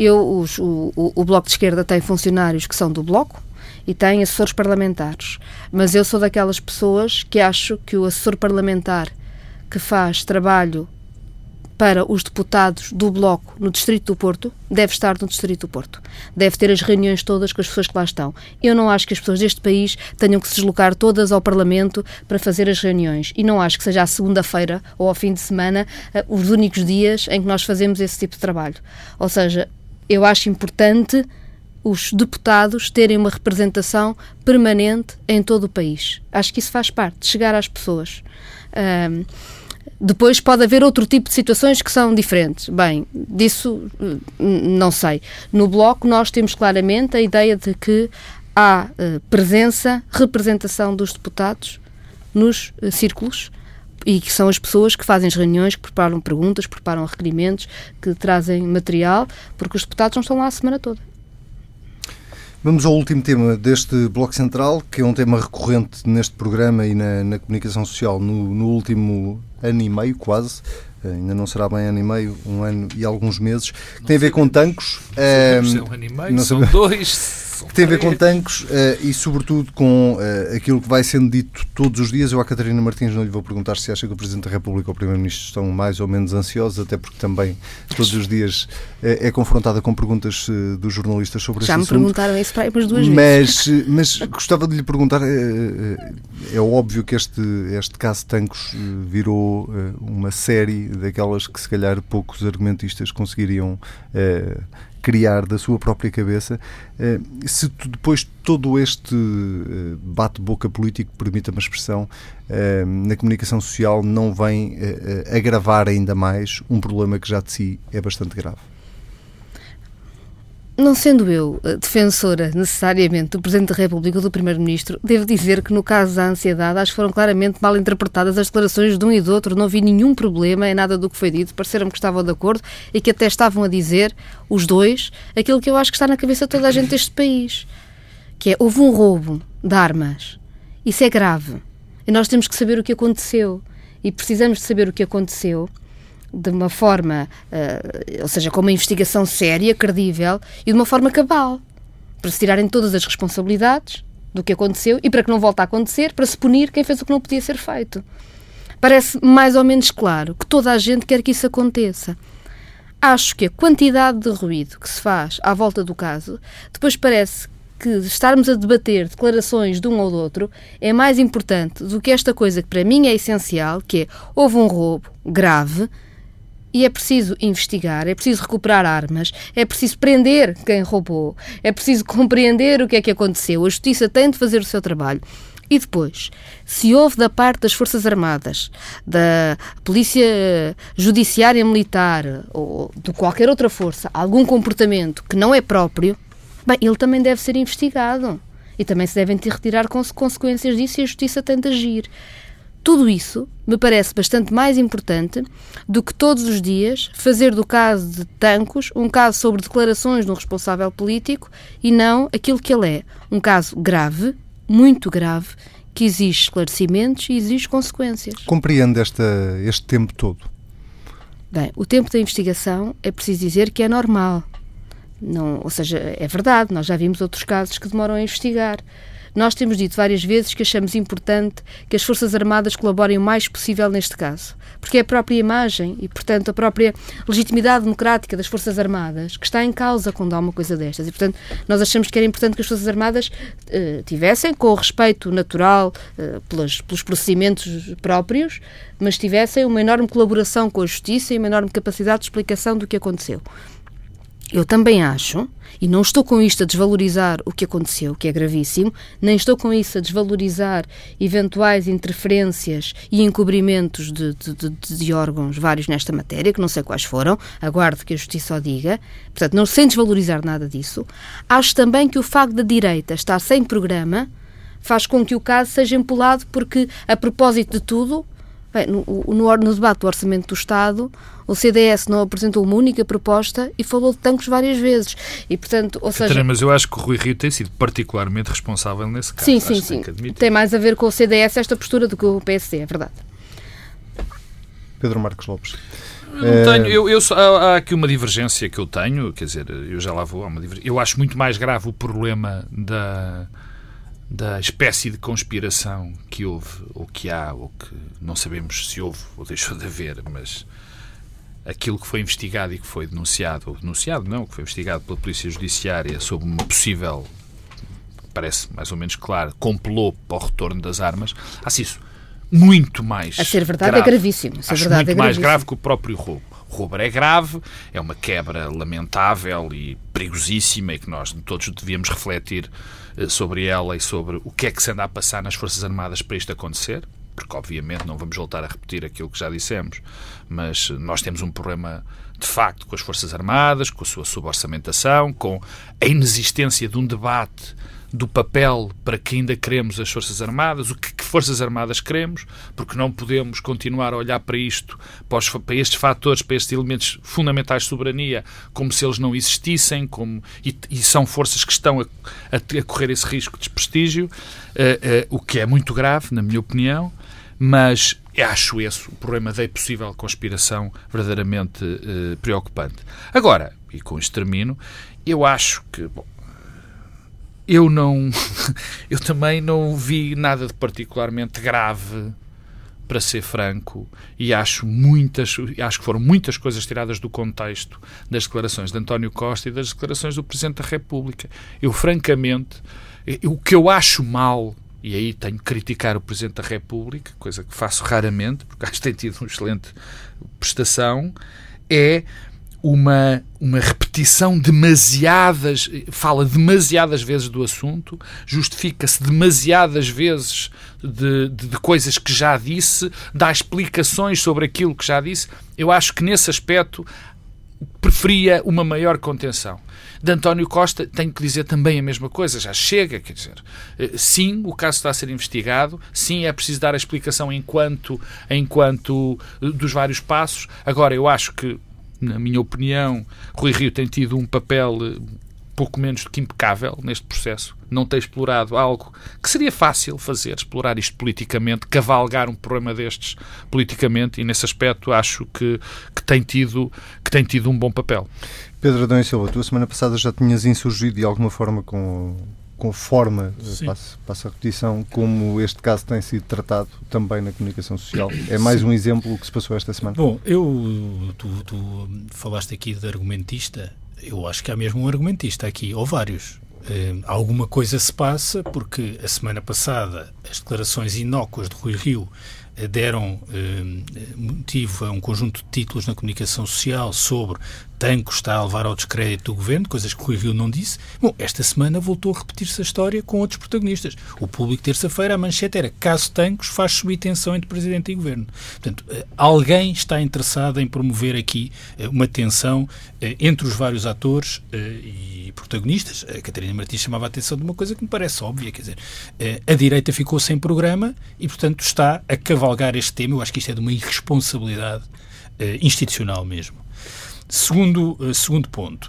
O Bloco de Esquerda tem funcionários que são do Bloco e tem assessores parlamentares. Mas eu sou daquelas pessoas que acho que o assessor parlamentar que faz trabalho para os deputados do Bloco no Distrito do Porto, deve estar no Distrito do Porto. Deve ter as reuniões todas com as pessoas que lá estão. Eu não acho que as pessoas deste país tenham que se deslocar todas ao Parlamento para fazer as reuniões. E não acho que seja à segunda-feira ou ao fim de semana os únicos dias em que nós fazemos esse tipo de trabalho. Ou seja, eu acho importante os deputados terem uma representação permanente em todo o país. Acho que isso faz parte de chegar às pessoas. Depois pode haver outro tipo de situações que são diferentes. Bem, disso não sei. No Bloco nós temos claramente a ideia de que há representação dos deputados nos círculos e que são as pessoas que fazem as reuniões, que preparam perguntas, preparam requerimentos, que trazem material, porque os deputados não estão lá a semana toda. Vamos ao último tema deste Bloco Central, que é um tema recorrente neste programa e na comunicação social no último ano e meio, quase. Ainda não será bem ano e meio, um ano e alguns meses. Que tem a ver com tanques. Um ano e meio, são 2. Que tem a ver com tanques e, sobretudo, com aquilo que vai sendo dito todos os dias. Eu, à Catarina Martins, não lhe vou perguntar se acha que o Presidente da República ou o Primeiro-Ministro estão mais ou menos ansiosos, até porque também todos os dias é confrontada com perguntas dos jornalistas sobre esse assunto. Já me perguntaram isso para aí umas 2 vezes. Mas gostava de lhe perguntar, é óbvio que este caso Tancos virou uma série daquelas que, se calhar, poucos argumentistas conseguiriam criar da sua própria cabeça. Se depois todo este bate-boca político, permita-me a expressão, na comunicação social não vem agravar ainda mais um problema que já de si é bastante grave? Não sendo eu defensora necessariamente do Presidente da República ou do Primeiro-Ministro, devo dizer que no caso da ansiedade acho que foram claramente mal interpretadas as declarações de um e do outro. Não vi nenhum problema em nada do que foi dito. Pareceram-me que estavam de acordo e que até estavam a dizer, os dois, aquilo que eu acho que está na cabeça de toda a gente deste país, que é, houve um roubo de armas. Isso é grave. E nós temos que saber o que aconteceu. E precisamos de saber o que aconteceu de uma forma, ou seja, com uma investigação séria, credível e de uma forma cabal, para se tirarem todas as responsabilidades do que aconteceu e para que não volte a acontecer, para se punir quem fez o que não podia ser feito. Parece mais ou menos claro que toda a gente quer que isso aconteça. Acho que a quantidade de ruído que se faz à volta do caso, depois parece que estarmos a debater declarações de um ou do outro é mais importante do que esta coisa que para mim é essencial, que é, houve um roubo grave, e é preciso investigar, é preciso recuperar armas, é preciso prender quem roubou, é preciso compreender o que é que aconteceu. A Justiça tem de fazer o seu trabalho. E depois, se houve da parte das Forças Armadas, da Polícia Judiciária Militar ou de qualquer outra força, algum comportamento que não é próprio, bem, ele também deve ser investigado. E também se devem retirar consequências disso e a Justiça tem de agir. Tudo isso me parece bastante mais importante do que todos os dias fazer do caso de Tancos um caso sobre declarações de um responsável político e não aquilo que ele é. Um caso grave, muito grave, que exige esclarecimentos e exige consequências. Compreende este tempo todo? Bem, o tempo da investigação é preciso dizer que é normal. Não, ou seja, é verdade, nós já vimos outros casos que demoram a investigar. Nós temos dito várias vezes que achamos importante que as Forças Armadas colaborem o mais possível neste caso, porque é a própria imagem e, portanto, a própria legitimidade democrática das Forças Armadas que está em causa quando há uma coisa destas. E, portanto, nós achamos que era importante que as Forças Armadas tivessem, com o respeito natural pelos procedimentos próprios, mas tivessem uma enorme colaboração com a Justiça e uma enorme capacidade de explicação do que aconteceu. Eu também acho, e não estou com isto a desvalorizar o que aconteceu, que é gravíssimo, nem estou com isso a desvalorizar eventuais interferências e encobrimentos de órgãos vários nesta matéria, que não sei quais foram, aguardo que a Justiça o diga, portanto, não sem desvalorizar nada disso. Acho também que o facto da direita estar sem programa faz com que o caso seja empolado, porque, a propósito de tudo, bem, no debate do Orçamento do Estado, O CDS não apresentou uma única proposta e falou de tanques várias vezes. E, portanto, ou seja... Mas eu acho que o Rui Rio tem sido particularmente responsável nesse caso. Sim. Tem mais a ver com o CDS esta postura do que o PSD, é verdade. Pedro Marcos Lopes. Há aqui uma divergência que eu tenho, quer dizer, eu já lá vou, eu acho muito mais grave o problema da espécie de conspiração que houve, ou que há, ou que não sabemos se houve ou deixou de haver, mas aquilo que foi investigado e que foi denunciado, que foi investigado pela Polícia Judiciária sobre uma possível, parece mais ou menos claro, complô para o retorno das armas, acho isso muito mais a ser verdade grave. É gravíssimo. Acho muito mais grave que o próprio roubo. O roubo é grave, é uma quebra lamentável e perigosíssima e que nós todos devíamos refletir sobre ela e sobre o que é que se anda a passar nas Forças Armadas para isto acontecer, porque obviamente não vamos voltar a repetir aquilo que já dissemos, mas nós temos um problema de facto com as Forças Armadas, com a sua suborçamentação, com a inexistência de um debate do papel para que ainda queremos as Forças Armadas, o que Forças Armadas queremos, porque não podemos continuar a olhar para isto, para estes fatores, para estes elementos fundamentais de soberania, como se eles não existissem, e são forças que estão a correr esse risco de desprestígio, o que é muito grave, na minha opinião, mas acho esse o problema da possível conspiração verdadeiramente preocupante. Agora, e com isto termino, eu acho que... Eu também não vi nada de particularmente grave, para ser franco, e acho que foram muitas coisas tiradas do contexto das declarações de António Costa e das declarações do Presidente da República. Francamente, o que eu acho mal, e aí tenho que criticar o Presidente da República, coisa que faço raramente, porque acho que tem tido uma excelente prestação, é uma repetição fala demasiadas vezes do assunto, justifica-se demasiadas vezes de coisas que já disse, dá explicações sobre aquilo que já disse. Eu acho que nesse aspecto preferia uma maior contenção. De António Costa tenho que dizer também a mesma coisa, já chega, quer dizer, sim, o caso está a ser investigado, sim, é preciso dar a explicação enquanto dos vários passos. Agora, eu acho que, na minha opinião, Rui Rio tem tido um papel pouco menos do que impecável neste processo. Não tem explorado algo que seria fácil fazer, explorar isto politicamente, cavalgar um problema destes politicamente, e nesse aspecto acho que tem tido um bom papel. Pedro Adão e Silva, tu a semana passada já tinhas insurgido de alguma forma com forma, passo a repetição, como este caso tem sido tratado também na comunicação social. É mais um exemplo que se passou esta semana. Bom, tu falaste aqui de argumentista. Eu acho que há mesmo um argumentista aqui, ou vários. Alguma coisa se passa, porque a semana passada as declarações inócuas de Rui Rio deram motivo a um conjunto de títulos na comunicação social sobre Tancos está a levar ao descrédito do governo, coisas que Rui Rio não disse. Bom, esta semana voltou a repetir-se a história com outros protagonistas. O Público, terça-feira, a manchete era: caso Tancos faz subir tensão entre Presidente e Governo. Portanto, alguém está interessado em promover aqui uma tensão entre os vários atores e protagonistas. A Catarina Martins chamava a atenção de uma coisa que me parece óbvia, quer dizer, a direita ficou sem programa e, portanto, está a cavalgar este tema. Eu acho que isto é de uma irresponsabilidade institucional mesmo. Segundo ponto,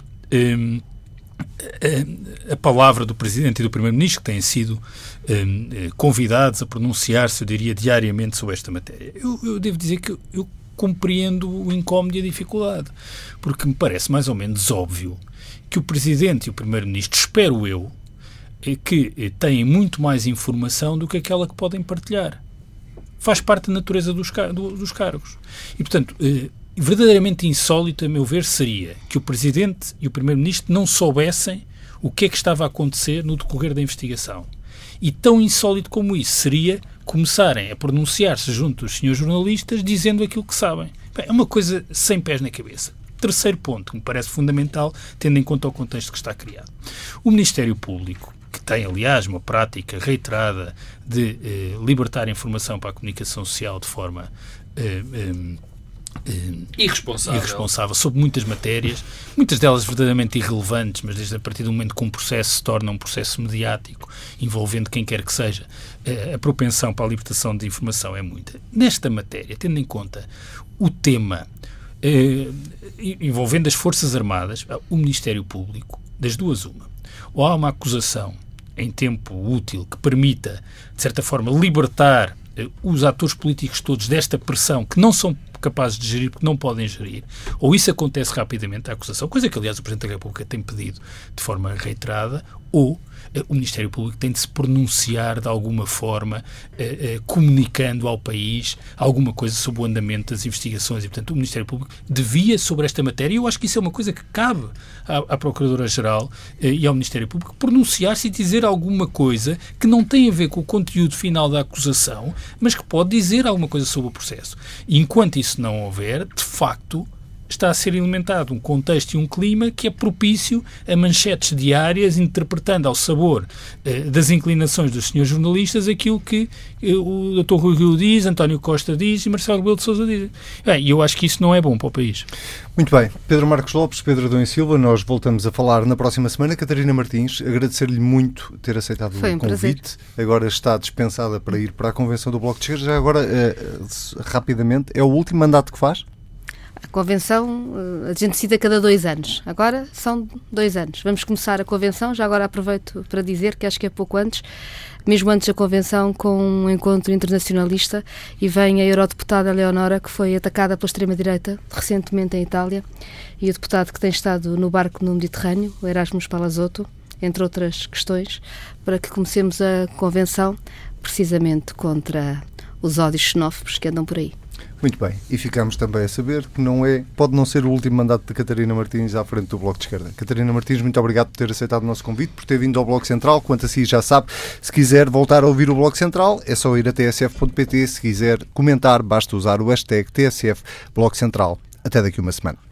a palavra do Presidente e do Primeiro-Ministro, que têm sido convidados a pronunciar-se, eu diria, diariamente sobre esta matéria. Eu devo dizer que eu compreendo o incómodo e a dificuldade, porque me parece mais ou menos óbvio que o Presidente e o Primeiro-Ministro, espero eu, que têm muito mais informação do que aquela que podem partilhar. Faz parte da natureza dos cargos. E, portanto, verdadeiramente insólito, a meu ver, seria que o Presidente e o Primeiro-Ministro não soubessem o que é que estava a acontecer no decorrer da investigação. E tão insólito como isso seria começarem a pronunciar-se junto dos senhores jornalistas dizendo aquilo que sabem. Bem, é uma coisa sem pés na cabeça. Terceiro ponto, que me parece fundamental, tendo em conta o contexto que está criado. O Ministério Público, que tem, aliás, uma prática reiterada de libertar informação para a comunicação social de forma irresponsável sobre muitas matérias, muitas delas verdadeiramente irrelevantes, mas desde a partir do momento que um processo se torna um processo mediático, envolvendo quem quer que seja, a propensão para a libertação de informação é muita. Nesta matéria, tendo em conta o tema, envolvendo as Forças Armadas, o Ministério Público, das duas uma. Ou há uma acusação em tempo útil que permita, de certa forma, libertar os atores políticos todos desta pressão que não são capazes de gerir porque não podem gerir, ou isso acontece rapidamente, a acusação, coisa que, aliás, o Presidente da República tem pedido de forma reiterada, ou o Ministério Público tem de se pronunciar de alguma forma, comunicando ao país alguma coisa sobre o andamento das investigações e, portanto, o Ministério Público devia, sobre esta matéria, e eu acho que isso é uma coisa que cabe à Procuradora-Geral e ao Ministério Público, pronunciar-se e dizer alguma coisa que não tem a ver com o conteúdo final da acusação, mas que pode dizer alguma coisa sobre o processo. E enquanto isso não houver, de facto, está a ser alimentado um contexto e um clima que é propício a manchetes diárias interpretando ao sabor das inclinações dos senhores jornalistas aquilo que o Dr. Rui Rio diz, António Costa diz e Marcelo Rebelo de Sousa diz. E eu acho que isso não é bom para o país. Muito bem. Pedro Marcos Lopes, Pedro Adão e Silva, nós voltamos a falar na próxima semana. Catarina Martins, agradecer-lhe muito ter aceitado o convite. Prazer. Agora está dispensada para ir para a Convenção do Bloco de Esquerda. Já agora, rapidamente, é o último mandato que faz? A Convenção, a gente decide a cada 2 anos. Agora são 2 anos. Vamos começar a Convenção. Já agora aproveito para dizer que acho que é pouco antes, mesmo antes da Convenção, com um encontro internacionalista, e vem a eurodeputada Leonora, que foi atacada pela extrema-direita recentemente em Itália, e o deputado que tem estado no barco no Mediterrâneo, o Erasmus Palazotto, entre outras questões, para que comecemos a Convenção precisamente contra os ódios xenófobos que andam por aí. Muito bem, e ficamos também a saber que pode não ser o último mandato de Catarina Martins à frente do Bloco de Esquerda. Catarina Martins, muito obrigado por ter aceitado o nosso convite, por ter vindo ao Bloco Central. Quanto a si, já sabe, se quiser voltar a ouvir o Bloco Central, é só ir a tsf.pt. Se quiser comentar, basta usar o hashtag TSF Bloco Central. Até daqui uma semana.